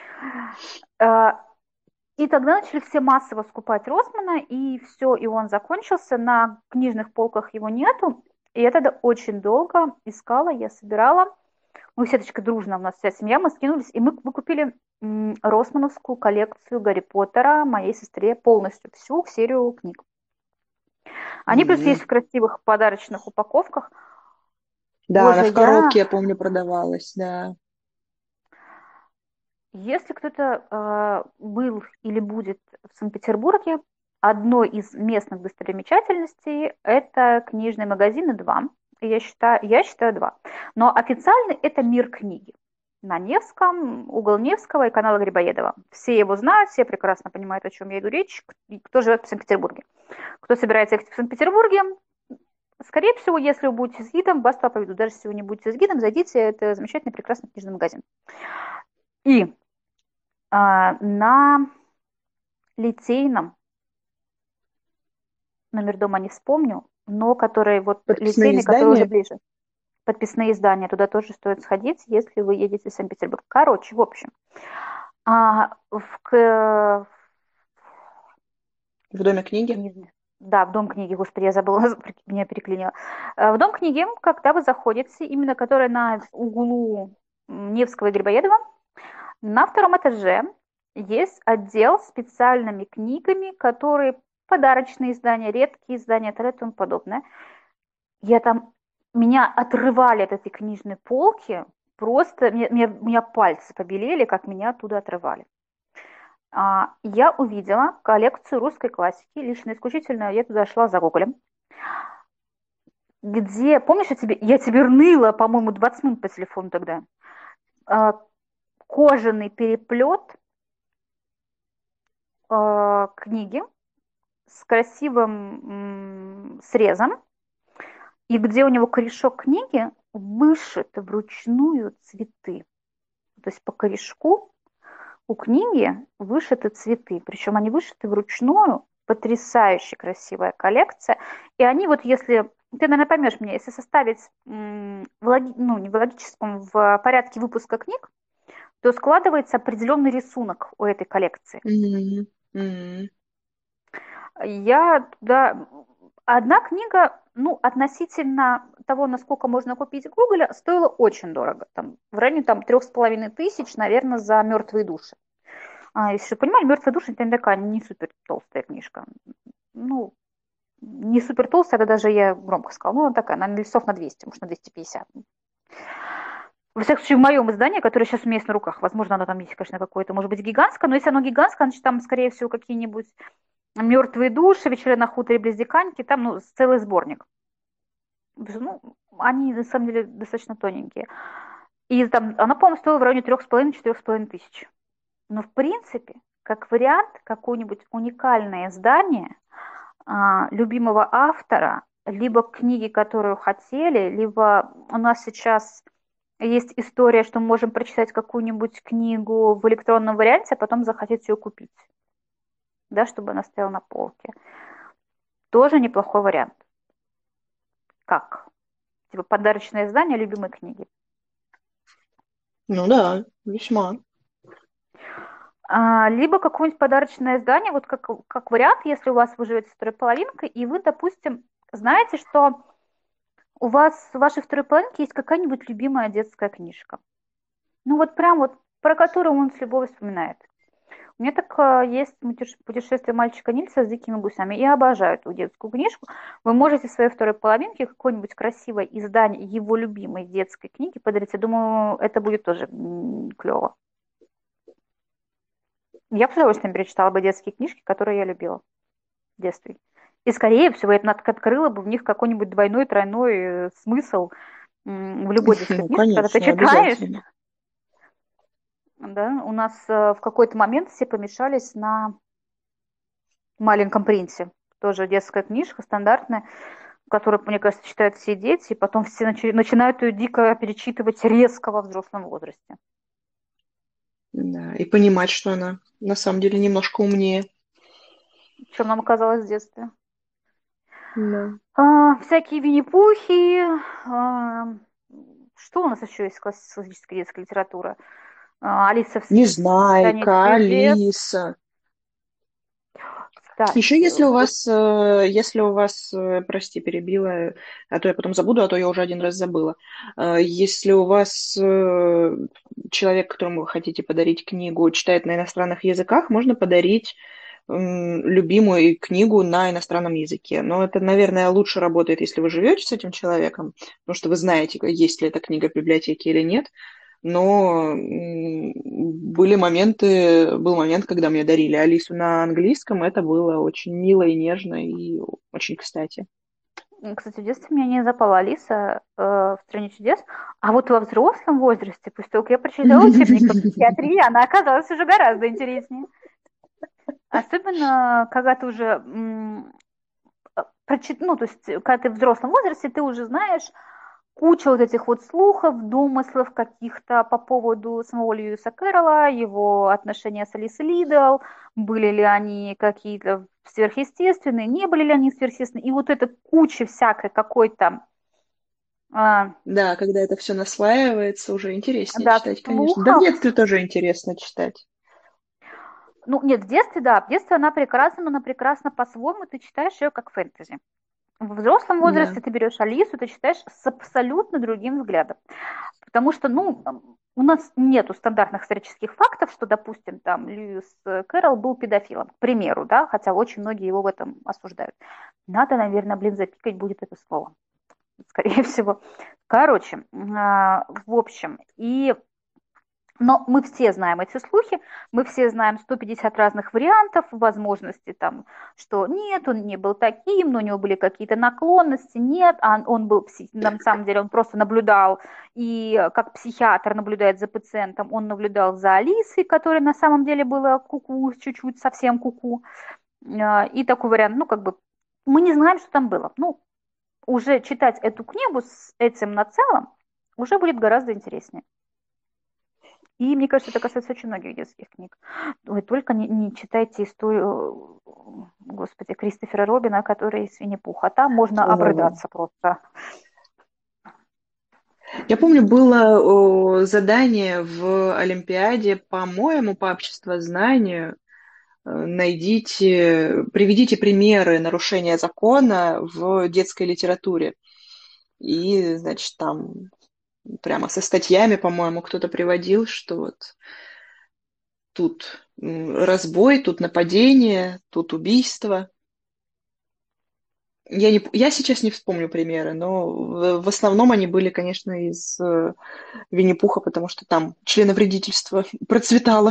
И тогда начали все массово скупать Росмана, и все, и он закончился, на книжных полках его нету, и я тогда очень долго искала, я собирала, мы все точка дружно, у нас вся семья, мы скинулись, и мы, мы купили м, Росмановскую коллекцию Гарри Поттера моей сестре полностью, всю серию книг. Они плюс есть М. в красивых подарочных упаковках. Да, она Боже, в я... коробке, я помню, продавалась, да. Если кто-то э, был или будет в Санкт-Петербурге, одной из местных достопримечательностей это книжные магазины два. Я считаю, я считаю два. Но официально это «Мир книги» на Невском, угол Невского и канала Грибоедова. Все его знают, все прекрасно понимают, о чем я иду речь, кто живет в Санкт-Петербурге. Кто собирается ехать в Санкт-Петербурге, скорее всего, если вы будете с гидом, вас туда поведут. Даже если вы не будете с гидом, зайдите, это замечательный, прекрасный книжный магазин. И а, на Литейном, номер дома не вспомню, но который вот Подписные Литейный, который уже издания? ближе. Подписные издания, туда тоже стоит сходить, если вы едете в Санкт-Петербург. Короче, в общем, а, в, к- В Доме книги? не знаю. Да, в Дом книги, господи, я забыла, меня переклинило. Э, В Дом книги, когда вы заходите, именно который на углу м, Невского и Грибоедова, на втором этаже есть отдел с специальными книгами, которые подарочные издания, редкие издания и т.д. и тому подобное. Я там, меня отрывали от этой книжной полки, просто мне, мне- у меня пальцы побелели, как меня оттуда отрывали. А, я увидела коллекцию русской классики, лично исключительно я туда шла за Гоголем, где, помнишь, я тебе, я тебе рныла, по-моему, двадцать минут по телефону тогда, А, кожаный переплет а, книги с красивым м, срезом, и где у него корешок книги вышиты вручную цветы. То есть по корешку у книги вышиты цветы, причем они вышиты вручную, потрясающе красивая коллекция. И они вот, если ты, наверное, поймешь меня, если составить м, в логи- ну, не в логическом, в порядке выпуска книг, то складывается определенный рисунок у этой коллекции. М, м. Я туда... Одна книга, ну, относительно того, насколько можно купить в Google, стоила очень дорого. Там, в районе там, трех с половиной тысяч, наверное, за «Мертвые души». А, если вы понимали, «Мертвые души» это не такая не супер толстая книжка. Ну, не супер толстая, это даже я громко сказала. Ну, она такая, на листов на двести, может, на двести пятьдесят. Во всяком случае, в моем издании, которое сейчас у меня есть на руках, возможно, оно там есть, конечно, какое-то, может быть, гигантское, но если оно гигантское, значит, там, скорее всего, какие-нибудь «Мертвые души», «Вечеря на хуторе близ Диканьки», там, ну, целый сборник. Ну, они, на самом деле, достаточно тоненькие. И там, она, по-моему, стоила в районе трех с половиной-четырех с половиной тысяч. Но, в принципе, как вариант, какое-нибудь уникальное издание а, любимого автора, либо книги, которую хотели, либо у нас сейчас есть история, что мы можем прочитать какую-нибудь книгу в электронном варианте, а потом захотеть ее купить, да, чтобы она стояла на полке. Тоже неплохой вариант. Как? Типа подарочное издание любимой книги. Ну да, весьма. А, либо какое-нибудь подарочное издание, вот как, как вариант, если у вас вы живете второй половинкой, и вы, допустим, знаете, что у вас в вашей второй половинке есть какая-нибудь любимая детская книжка. Ну вот прям вот, про которую он с любовью вспоминает. У меня так э, есть мутеш- путешествие мальчика Нильса с дикими гусями. Я обожаю эту детскую книжку. Вы можете своей второй половинке какое-нибудь красивое издание его любимой детской книги подарить. Я думаю, это будет тоже клево. Я с удовольствием перечитала бы детские книжки, которые я любила в детстве. И, скорее всего, я бы открыла бы в них какой-нибудь двойной, тройной э, смысл м, в любой детской Ну, книжке, когда ты конечно, читаешь. обязательно. Да, у нас э, в какой-то момент все помешались на «Маленьком принце». Тоже детская книжка, стандартная, которую, мне кажется, читают все дети, и потом все начи- начинают ее дико перечитывать резко во взрослом возрасте. Да, и понимать, что она на самом деле немножко умнее. Чем нам оказалось в детстве. Да. А, всякие Винни-Пухи. а, что у нас еще есть класс- классическая детская литература? А, Алиса в стране Незнайка, чудес. Алиса. Еще Кстати, если у вот вас, э, если у вас, э, прости, перебила, а то я потом забуду, а то я уже один раз забыла. Э, Если у вас э, человек, которому вы хотите подарить книгу, читает на иностранных языках, можно подарить м, любимую книгу на иностранном языке. Но это, наверное, лучше работает, если вы живете с этим человеком, потому что вы знаете, есть ли эта книга в библиотеке или нет. Но м, были моменты, был момент, когда мне дарили Алису на английском. Это было очень мило и нежно, и очень кстати. Кстати, в детстве мне не запала Алиса э, в «Стране чудес», а вот во взрослом возрасте, после того, как я прочитала учебник по психиатрии, она оказалась уже гораздо интереснее. Особенно, когда ты уже м, э, прочит... ну, то есть, когда ты в взрослом возрасте, ты уже знаешь куча вот этих вот слухов, домыслов каких-то по поводу самого Льюиса Кэрролла, его отношения с Алисой Лидл, были ли они какие-то сверхъестественные, не были ли они сверхъестественные, и вот эта куча всякой какой-то а, Да, когда это все насваивается, уже интереснее да, читать, конечно. Да в слухов. детстве тоже интересно читать. Ну, нет, в детстве, да, в детстве она прекрасна, но она прекрасна по-своему, ты читаешь ее как фэнтези. В взрослом Да, возрасте ты берешь Алису, ты читаешь с абсолютно другим взглядом. Потому что, ну, у нас нету стандартных исторических фактов, что, допустим, там Льюис Кэрролл был педофилом, к примеру, да, хотя очень многие его в этом осуждают. Надо, наверное, блин, запикать будет это слово, скорее всего. Короче, а, в общем, и но мы все знаем эти слухи, мы все знаем сто пятьдесят разных вариантов, возможности там, что нет, он не был таким, но у него были какие-то наклонности, нет, а он был, на самом деле, он просто наблюдал, и как психиатр наблюдает за пациентом, он наблюдал за Алисой, которая на самом деле была куку, чуть-чуть совсем куку, и такой вариант, ну, как бы, мы не знаем, что там было. Ну, уже читать эту книгу с этим нацелом уже будет гораздо интереснее. И мне кажется, это касается очень многих детских книг. Вы только не, не читайте историю, господи, Кристофера Робина, который из Винни-Пуха. Там можно О. обрыдаться просто. Я помню, было о, задание в Олимпиаде, по-моему, по обществознанию. Э, Найдите, приведите примеры нарушения закона в детской литературе. И, значит, там прямо со статьями, по-моему, кто-то приводил, что вот тут м, разбой, тут нападение, тут убийство. Я, не, я сейчас не вспомню примеры, но в, в основном они были, конечно, из э, Винни-Пуха, потому что там членовредительство процветало.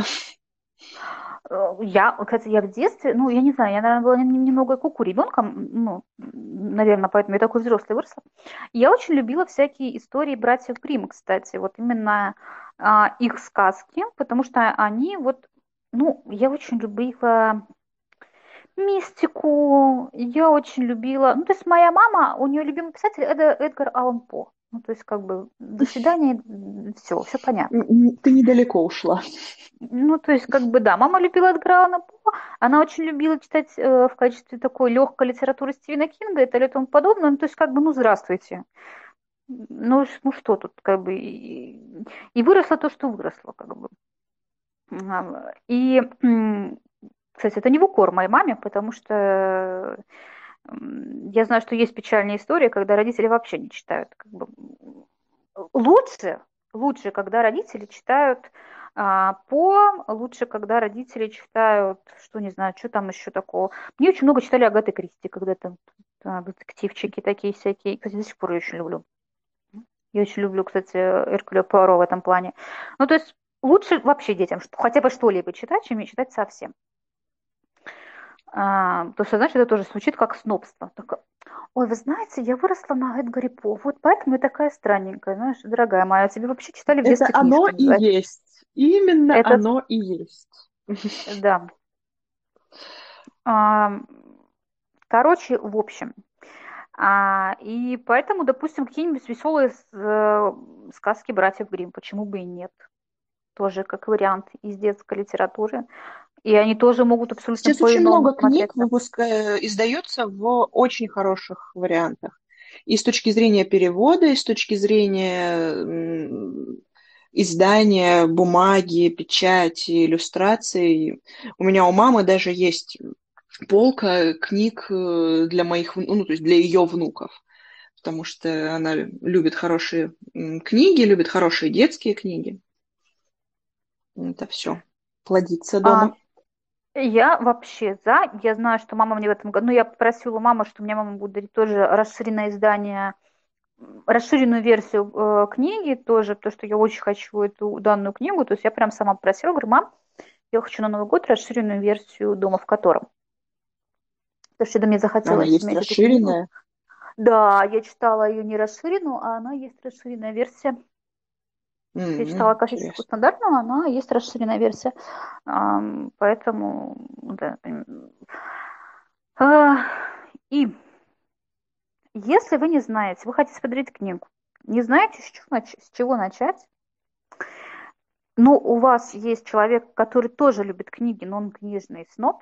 Я, кстати, я в детстве, ну, я не знаю, я, наверное, была нем- немного куку ребенком, ну, наверное, поэтому я такой взрослый выросла. Я очень любила всякие истории братьев Гримм, кстати, вот именно а, их сказки, потому что они вот, ну, я очень любила мистику я очень любила. Ну, то есть моя мама, у нее любимый писатель это Эдгар Аллан По. Ну, то есть как бы до свидания, все, все понятно. М, м, Ты недалеко ушла. Ну, то есть как бы да, мама любила Эдгара Аллана По, она очень любила читать э, в качестве такой легкой литературы Стивена Кинга и или тому подобное. Ну, то есть как бы, ну, здравствуйте. Ну, ш- ну что тут, как бы, и, и выросло то, что выросло, как бы. А, И, м, кстати, это не в укор моей маме, потому что м, я знаю, что есть печальная история, когда родители вообще не читают. Как бы, лучше, лучше, когда родители читают а, по, лучше, когда родители читают, что не знаю, что там еще такого. Мне очень много читали Агаты Кристи, когда там а, детективчики такие всякие. Кстати, до сих пор я очень люблю. Я очень люблю, кстати, Эркюля Пуаро в этом плане. Ну, то есть лучше вообще детям что- хотя бы что-либо читать, чем не читать совсем. А, потому что, знаешь, это тоже звучит как снобство. Так, ой, вы знаете, я выросла на Эдгаре По, вот поэтому я такая странненькая, знаешь, дорогая моя, тебе вообще читали в Это детстве оно книжки и обязательно. есть. Именно Это, оно и есть. да. А, короче, в общем. А, и поэтому, допустим, какие-нибудь веселые э, сказки братьев Гримм, почему бы и нет. тоже как вариант из детской литературы. И они тоже могут абсолютно Сейчас очень по-иному много книг смотреться. выпуска... издается в очень хороших вариантах. И с точки зрения перевода, и с точки зрения м, издания, бумаги, печати, иллюстраций. У меня у мамы даже есть полка книг э, для моих, вну- ну, то есть для ее внуков, потому что она любит хорошие м, книги, любит хорошие детские книги. Это все плодится А, дома. я вообще за. Я знаю, что мама мне в этом году... Ну, я попросила у мамы, что мне мама будет дарить тоже расширенное издание, м, расширенную версию э, книги тоже, потому что я очень хочу эту данную книгу. То есть я прям сама попросила, говорю, мам, я хочу на Новый год расширенную версию «Дома в котором». Потому что да, мне Она захотелось есть иметь эту книгу. расширенная. Да, я читала ее не расширенную, а она есть расширенная версия. Я читала М, классическую интересно. стандартную, она есть расширенная версия. Ам, поэтому, да. м. А, И если вы не знаете, вы хотите подарить книгу, не знаете, с чего, нач- с чего начать, но у вас есть человек, который тоже любит книги, но он книжный сноб,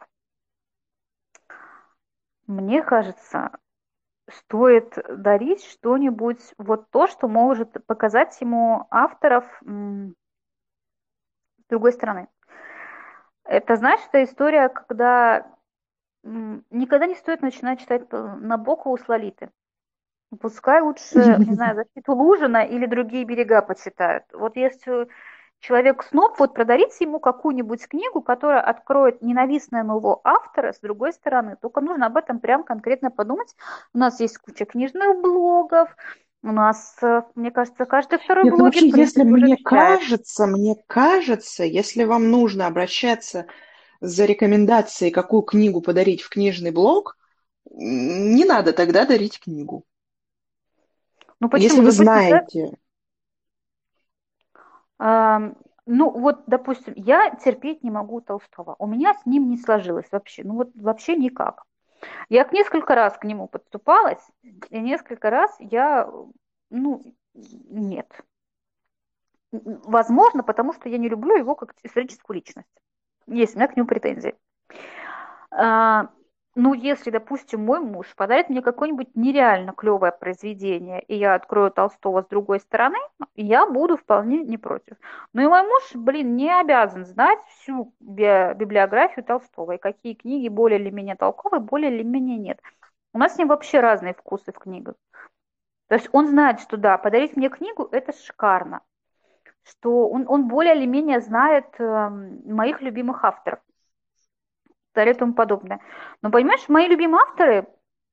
мне кажется, стоит дарить что-нибудь, вот то, что может показать ему авторов м, с другой стороны. Это, знаешь, это история, когда м, никогда не стоит начинать читать э, Набокову с Лолиты. Пускай лучше, не знаю, «Защиту Лужина» или «Другие берега» почитают. Вот если человек сноб, вот продарите ему какую-нибудь книгу, которая откроет ненавистного моего автора с другой стороны. Только нужно об этом прям конкретно подумать. У нас есть куча книжных блогов, у нас, э, мне кажется, каждый второй Нет, ну блогер, вообще, в если принципе, уже мне вещает. кажется, мне кажется, если вам нужно обращаться за рекомендацией, какую книгу подарить в книжный блог, м, не надо тогда дарить книгу. Ну Если почему? вы Допустим, человек, знаете, ам, ну вот, допустим, я терпеть не могу Толстого. У меня с ним не сложилось вообще. Ну вот вообще никак. Я несколько раз к нему подступалась, и несколько раз я, ну, нет. Возможно, потому что я не люблю его как историческую личность. Есть у меня к нему претензии. А, ну, если, допустим, мой муж подарит мне какое-нибудь нереально клевое произведение, и я открою Толстого с другой стороны, я буду вполне не против. Но и мой муж, блин, не обязан знать всю би- библиографию Толстого, и какие книги более или менее толковые, более или менее нет. У нас с ним вообще разные вкусы в книгах. То есть он знает, что да, подарить мне книгу– это шикарно, что он, он более или менее знает э, моих любимых авторов и далее тому подобное. Но понимаешь, мои любимые авторы,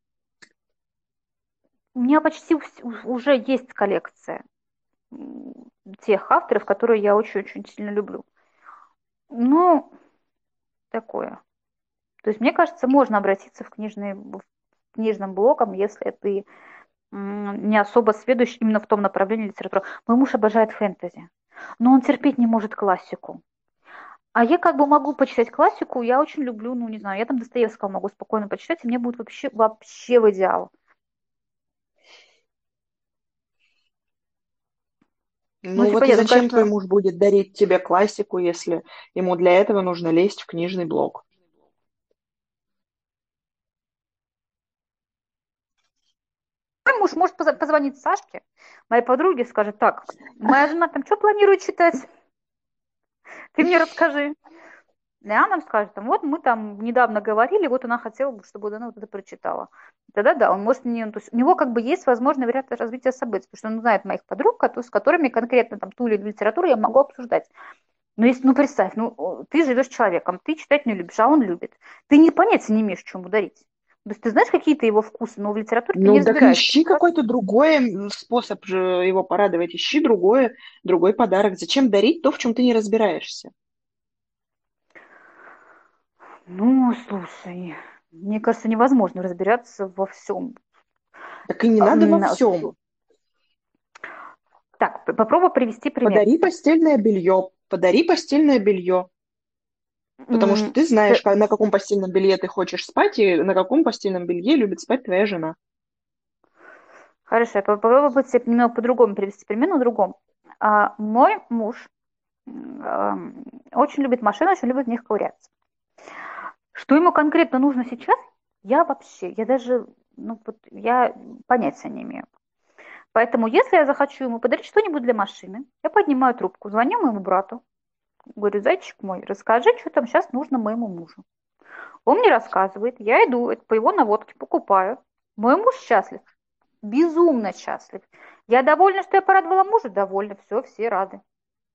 у меня почти уже есть коллекция тех авторов, которые я очень-очень сильно люблю. Ну, такое. То есть, мне кажется, можно обратиться в книжный, в книжным блогом, если ты не особо сведущ именно в том направлении литературы. Мой муж обожает фэнтези, но он терпеть не может классику. А я как бы могу почитать классику, я очень люблю, ну, не знаю, я там Достоевского могу спокойно почитать, и мне будет вообще, вообще в идеал. Ну, ну типа, вот и нет, ну, зачем твой конечно, муж будет дарить тебе классику, если ему для этого нужно лезть в книжный блог? мой муж может поза- позвонить Сашке, моей подруге, скажет, так, моя жена там что планирует читать? Ты мне расскажи. И она нам скажет, там, вот мы там недавно говорили, вот она хотела бы, чтобы она вот это прочитала. Тогда да, он может не, то есть у него как бы есть возможный вариант развития событий, потому что он знает моих подруг, кото- с которыми конкретно там ту или иную литературу я могу обсуждать. Но если, ну представь, ну о, ты живешь с человеком, ты читать не любишь, а он любит. Ты не понятия не имеешь, чему дарить. То есть ты знаешь какие-то его вкусы, но в литературе ты не Ну, так разбираешься. ищи какой-то другой м, способ же его порадовать. Ищи другое, другой подарок. Зачем дарить то, в чем ты не разбираешься? Ну, слушай, мне кажется, невозможно разбираться во всем. Так и не надо во Ам, всем. Так, попробуй привести пример. Подари постельное белье. Подари постельное белье. Потому что М, ты знаешь, т- ка- на каком постельном белье ты хочешь спать и на каком постельном белье любит спать твоя жена. Хорошо, я попробую быть немного по-другому привести пример, но другом. А, мой муж М, Очень любит машины, очень любит в них ковыряться. Что ему конкретно нужно сейчас, я вообще, я даже, ну, вот, я понятия не имею. Поэтому, если я захочу ему подарить что-нибудь для машины, я поднимаю трубку, звоню моему брату, говорю, зайчик мой, расскажи, что там сейчас нужно моему мужу. Он мне рассказывает, я иду, это по его наводке покупаю. Мой муж счастлив, безумно счастлив. Я довольна, что я порадовала мужа, довольна, все, все рады.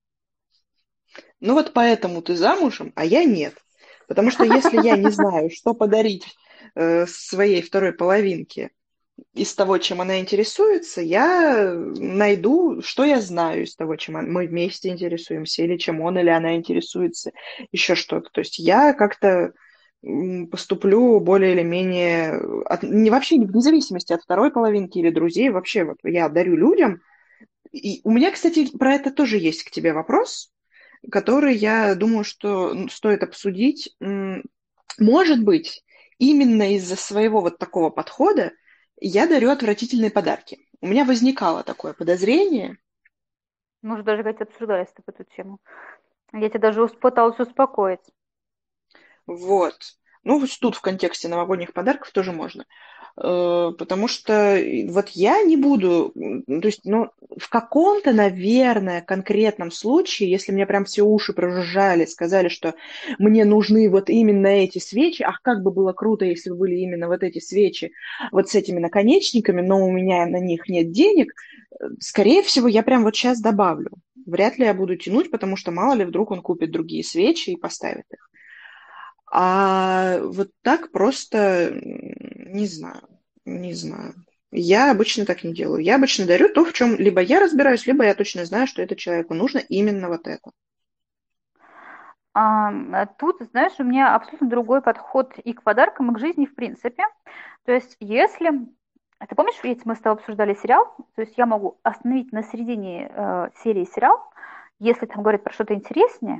Ну вот поэтому ты замужем, а я нет. Потому что если я не знаю, что подарить э, своей второй половинке из того, чем она интересуется, я найду, что я знаю из того, чем он- мы вместе интересуемся, или чем он или она интересуется, еще что-то. То есть я как-то м, поступлю более или менее, от- не вообще вне зависимости от второй половинки или друзей, вообще вот я дарю людям. И у меня, кстати, про это тоже есть к тебе вопрос, который я думаю, что м, стоит обсудить. М, Может быть, именно из-за своего вот такого подхода я дарю отвратительные подарки. У меня возникало такое подозрение. Мы уже даже, говорит, обсуждали с тобой эту тему. Я тебя даже ус- пыталась успокоить. Вот. Ну, вот тут в контексте новогодних подарков тоже можно. Э, Потому что вот я не буду, м, то есть, ну, в каком-то, наверное, конкретном случае, если мне прям все уши прожужжали, сказали, что мне нужны вот именно эти свечи, ах, как бы было круто, если бы были именно вот эти свечи вот с этими наконечниками, но у меня на них нет денег, э, скорее всего, я прям вот сейчас добавлю. Вряд ли я буду тянуть, потому что мало ли вдруг он купит другие свечи и поставит их. А вот так просто, м, не знаю, не знаю. Я обычно так не делаю. Я обычно дарю то, в чем либо я разбираюсь, либо я точно знаю, что это человеку нужно именно вот это. А, м, тут, знаешь, у меня абсолютно другой подход и к подаркам, и к жизни в принципе. То есть, если... Ты помнишь, ведь мы с тобой обсуждали сериал? То есть я могу остановить на середине э, серии сериал, если там говорят про что-то интереснее,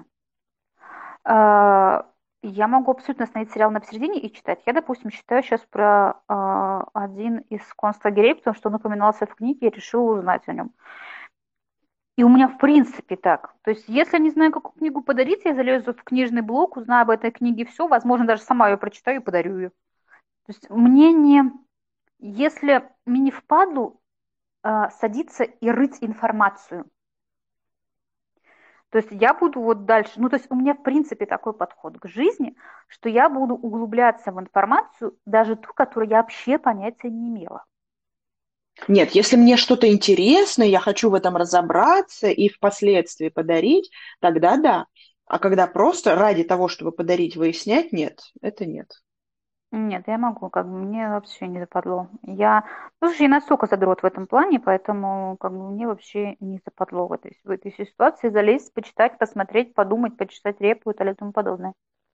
э, я могу абсолютно остановить сериал на посередине и читать. Я, допустим, читаю сейчас про э, один из концлагерей, потому что он упоминался в книге, и решила узнать о нем. И у меня в принципе так. То есть, если я не знаю, какую книгу подарить, я залезу в книжный блог, узнаю об этой книге все, возможно, даже сама ее прочитаю и подарю ее. То есть мне не... Если мне не впадлу э, садиться и рыть информацию, то есть я буду вот дальше, ну то есть у меня в принципе такой подход к жизни, что я буду углубляться в информацию, даже ту, которую я вообще понятия не имела. Нет, если мне что-то интересно, я хочу в этом разобраться и впоследствии подарить, тогда да. А когда просто ради того, чтобы подарить, выяснять, нет, это нет. Нет, я могу, как бы мне вообще не западло. Я, ну, слушай, я настолько задрот в этом плане, поэтому как бы мне вообще не западло в этой, в этой ситуации залезть, почитать, посмотреть, подумать, почитать репу и так далее и тому подобное.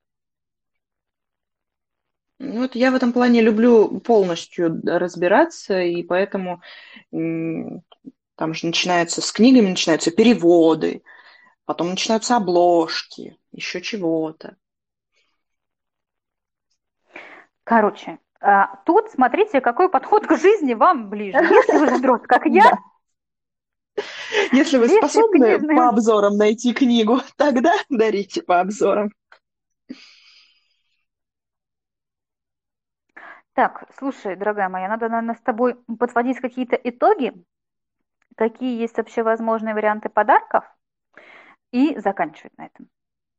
Ну, вот я в этом плане люблю полностью разбираться, и поэтому м, там же начинается с книгами, начинаются переводы, потом начинаются обложки, еще чего-то. Короче, а, тут смотрите, какой подход к жизни вам ближе. Если вы задрот, как я, Да. Если вы лезьте в способны по книжные. обзорам найти книгу, тогда дарите по обзорам. Так, слушай, дорогая моя, надо, наверное, с тобой подводить какие-то итоги, какие есть вообще возможные варианты подарков, и заканчивать на этом.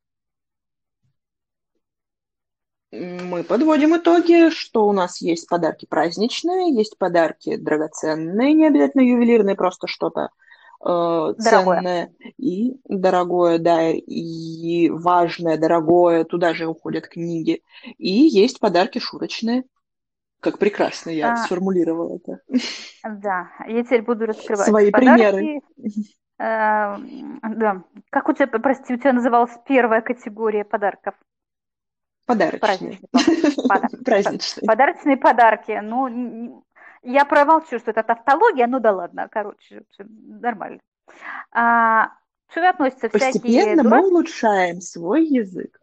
Мы подводим итоги, что у нас есть подарки праздничные, есть подарки драгоценные, не обязательно ювелирные, просто что-то э, Дорогое. ценное и дорогое, да, и важное, дорогое, туда же уходят книги. И есть подарки шуточные. Как прекрасно я А, сформулировала это. да, я теперь буду раскрывать Свои примеры. подарки. А, м, да. Как у тебя, прости, у тебя называлась первая категория подарков? Подарочные. Праздничный, по-моему. Пада- па- Праздничные. Подарочные подарки. Ну, н- н- я промолчу, что это тавтология, ну да ладно, короче, всё нормально. А, сюда относятся всякие Постепенно мы дурацкие, улучшаем свой язык.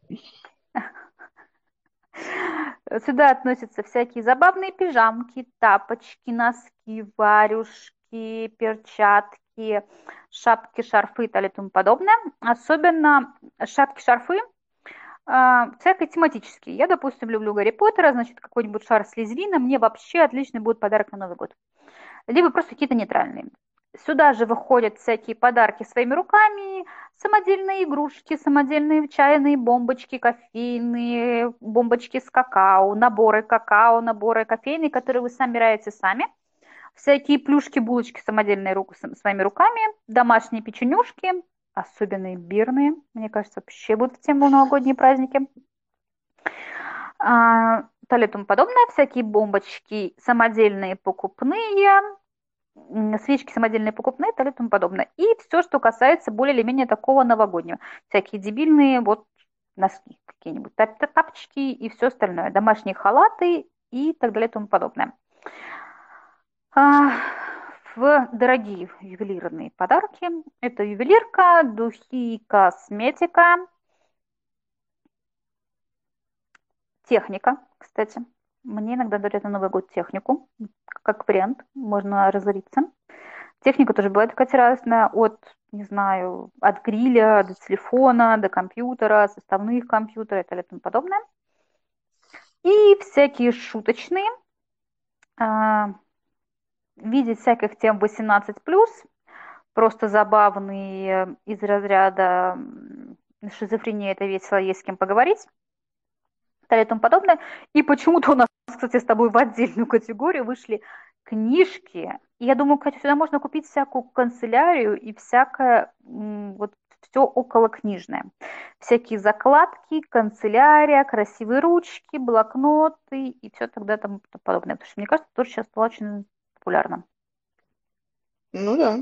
сюда относятся всякие забавные пижамки, тапочки, носки, варюшки, перчатки, всякие шапки, шарфы и так далее и тому подобное. Особенно шапки, шарфы, а, всякие тематические. Я, допустим, люблю Гарри Поттера, значит, какой-нибудь шар Слизерина мне вообще отличный будет подарок на Новый год. Либо просто какие-то нейтральные. Сюда же выходят всякие подарки своими руками, самодельные игрушки, самодельные чайные бомбочки, кофейные бомбочки с какао, наборы какао, наборы кофейные, которые вы собираете сами, всякие плюшки, булочки самодельные руку, своими руками, домашние печенюшки, особенно имбирные, мне кажется, вообще будут в тему новогодние праздники. А, далее и тому подобное, всякие бомбочки самодельные покупные, свечки самодельные покупные и так далее и тому подобное. И все, что касается более или менее такого новогоднего. Всякие дебильные вот носки какие-нибудь, тапочки и все остальное. Домашние халаты и так далее и тому подобное. А, в дорогие ювелирные подарки. Это ювелирка, духи, косметика, техника, кстати. Мне иногда дарят на Новый год технику, как вариант, можно разориться. Техника тоже бывает такая разная, от, не знаю, от гриля до телефона, до компьютера, составных компьютеров и так далее и тому подобное. И всякие шуточные, в виде всяких тем восемнадцать плюс, просто забавные из разряда шизофрения, это весело, есть с кем поговорить, и так далее и тому подобное. И почему-то у нас, кстати, с тобой в отдельную категорию вышли книжки. И я думаю, Катя, сюда можно купить всякую канцелярию и всякое вот все околокнижное. Всякие закладки, канцелярия, красивые ручки, блокноты и все тогда тому подобное. Потому что, мне кажется, тоже сейчас стало очень популярно. Ну да.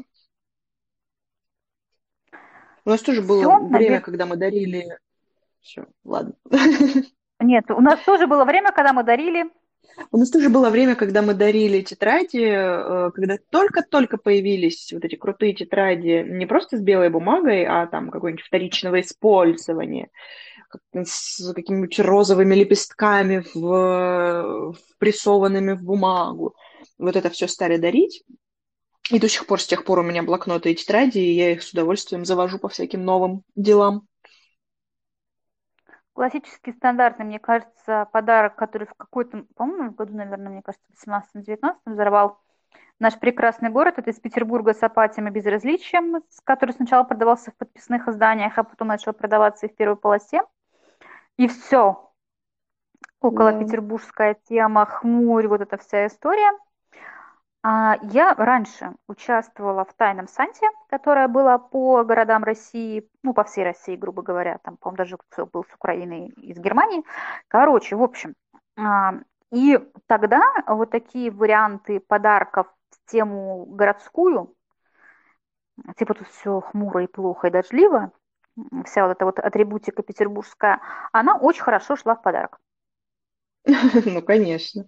У нас тоже было Все, время, наверное. когда мы дарили... Все, ладно. Нет, у нас тоже было время, когда мы дарили... У нас тоже было время, когда мы дарили тетради, э, когда только-только появились вот эти крутые тетради, не просто с белой бумагой, а там какое-нибудь вторичного использования, как- с какими-нибудь розовыми лепестками, в, впрессованными в бумагу. Вот это все стали дарить. И до сих пор, с тех пор у меня блокноты и тетради, и я их с удовольствием завожу по всяким новым делам. Классический, стандартный, мне кажется, подарок, который в какой-то, по-моему, в году, наверное, мне кажется, в восемнадцатом-девятнадцатом взорвал наш прекрасный город. Это из Петербурга с апатией и безразличием, который сначала продавался в подписных изданиях, а потом начал продаваться и в первой полосе. И все. Около Да. петербургская тема, хмурь, вот эта вся история. А, Я раньше участвовала в «Тайном Санте», которое было по городам России, ну, по всей России, грубо говоря, там, по-моему, даже кто был с Украины и из Германии. Короче, в общем, а, и тогда вот такие варианты подарков в тему городскую, типа тут все хмуро и плохо и дождливо, вся вот эта вот атрибутика петербургская, она очень хорошо шла в подарок. Ну, конечно.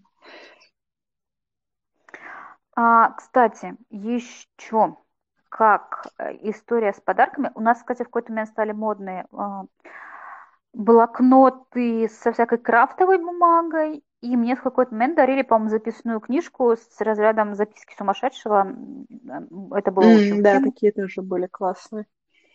А, кстати, еще как э, история с подарками. У нас, кстати, в какой-то момент стали модные а, блокноты со всякой крафтовой бумагой. И мне в какой-то момент дарили, по-моему, записную книжку с разрядом записки сумасшедшего. М, Это было очень М, в да, тему. такие тоже были классные.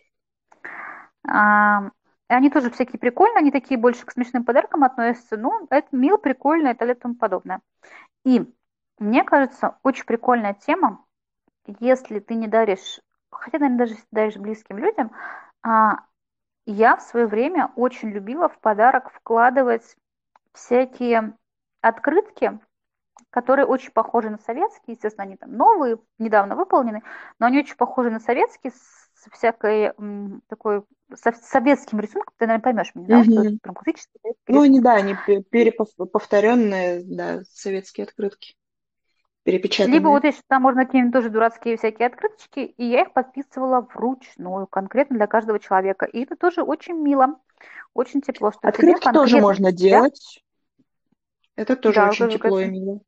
А, и они тоже всякие прикольные, они такие больше к смешным подаркам относятся. Ну, это мило, прикольно и так далее и тому подобное. И мне кажется, очень прикольная тема, если ты не даришь, хотя, наверное, даже если даришь близким людям, а, я в свое время очень любила в подарок вкладывать всякие открытки, которые очень похожи на советские, естественно, они там новые, недавно выполнены, но они очень похожи на советские, с всякой м, такой, со советским рисунком, ты, наверное, поймешь меня, да, что это Мгм. прям классический советский Ну, они, рисунок. да, они пе- переповторенные, да, советские открытки, Либо перепечатанные. вот если там можно какие-нибудь тоже дурацкие всякие открыточки, и я их подписывала вручную, конкретно для каждого человека. И это тоже очень мило, очень тепло, что тебе Открытки тоже конкретно можно для тебя, делать. Это тоже да, очень скажи, тепло и Катя. мило.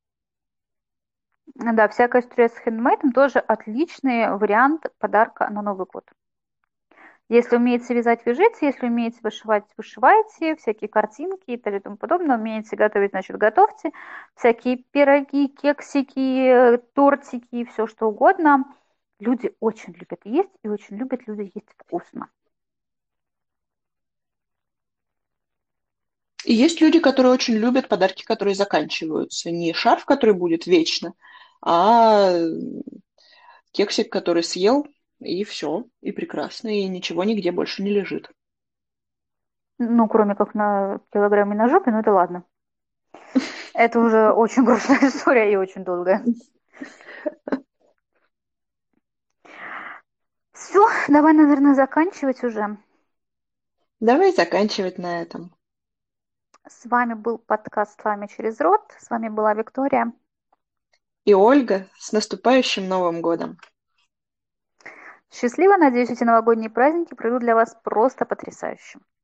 Да, всякая история с хендмейдом тоже отличный вариант подарка на Новый год. Если умеете вязать, вяжите, если умеете вышивать, вышивайте, всякие картинки и так тому подобное, умеете готовить, значит, готовьте, всякие пироги, кексики, тортики, все что угодно. Люди очень любят есть, и очень любят люди есть вкусно. И есть люди, которые очень любят подарки, которые заканчиваются. Не шарф, который будет вечно, а кексик, который съел, и все, и прекрасно, и ничего нигде больше не лежит. Ну, кроме как на килограмме на жопе, ну это ладно. Это уже очень грустная история и очень долгая. Все, давай, наверное, заканчивать уже. Давай заканчивать на этом. С вами был подкаст «С вами через рот». С вами была Виктория. И Ольга, с наступающим Новым годом! Счастливо, надеюсь, эти новогодние праздники пройдут для вас просто потрясающе.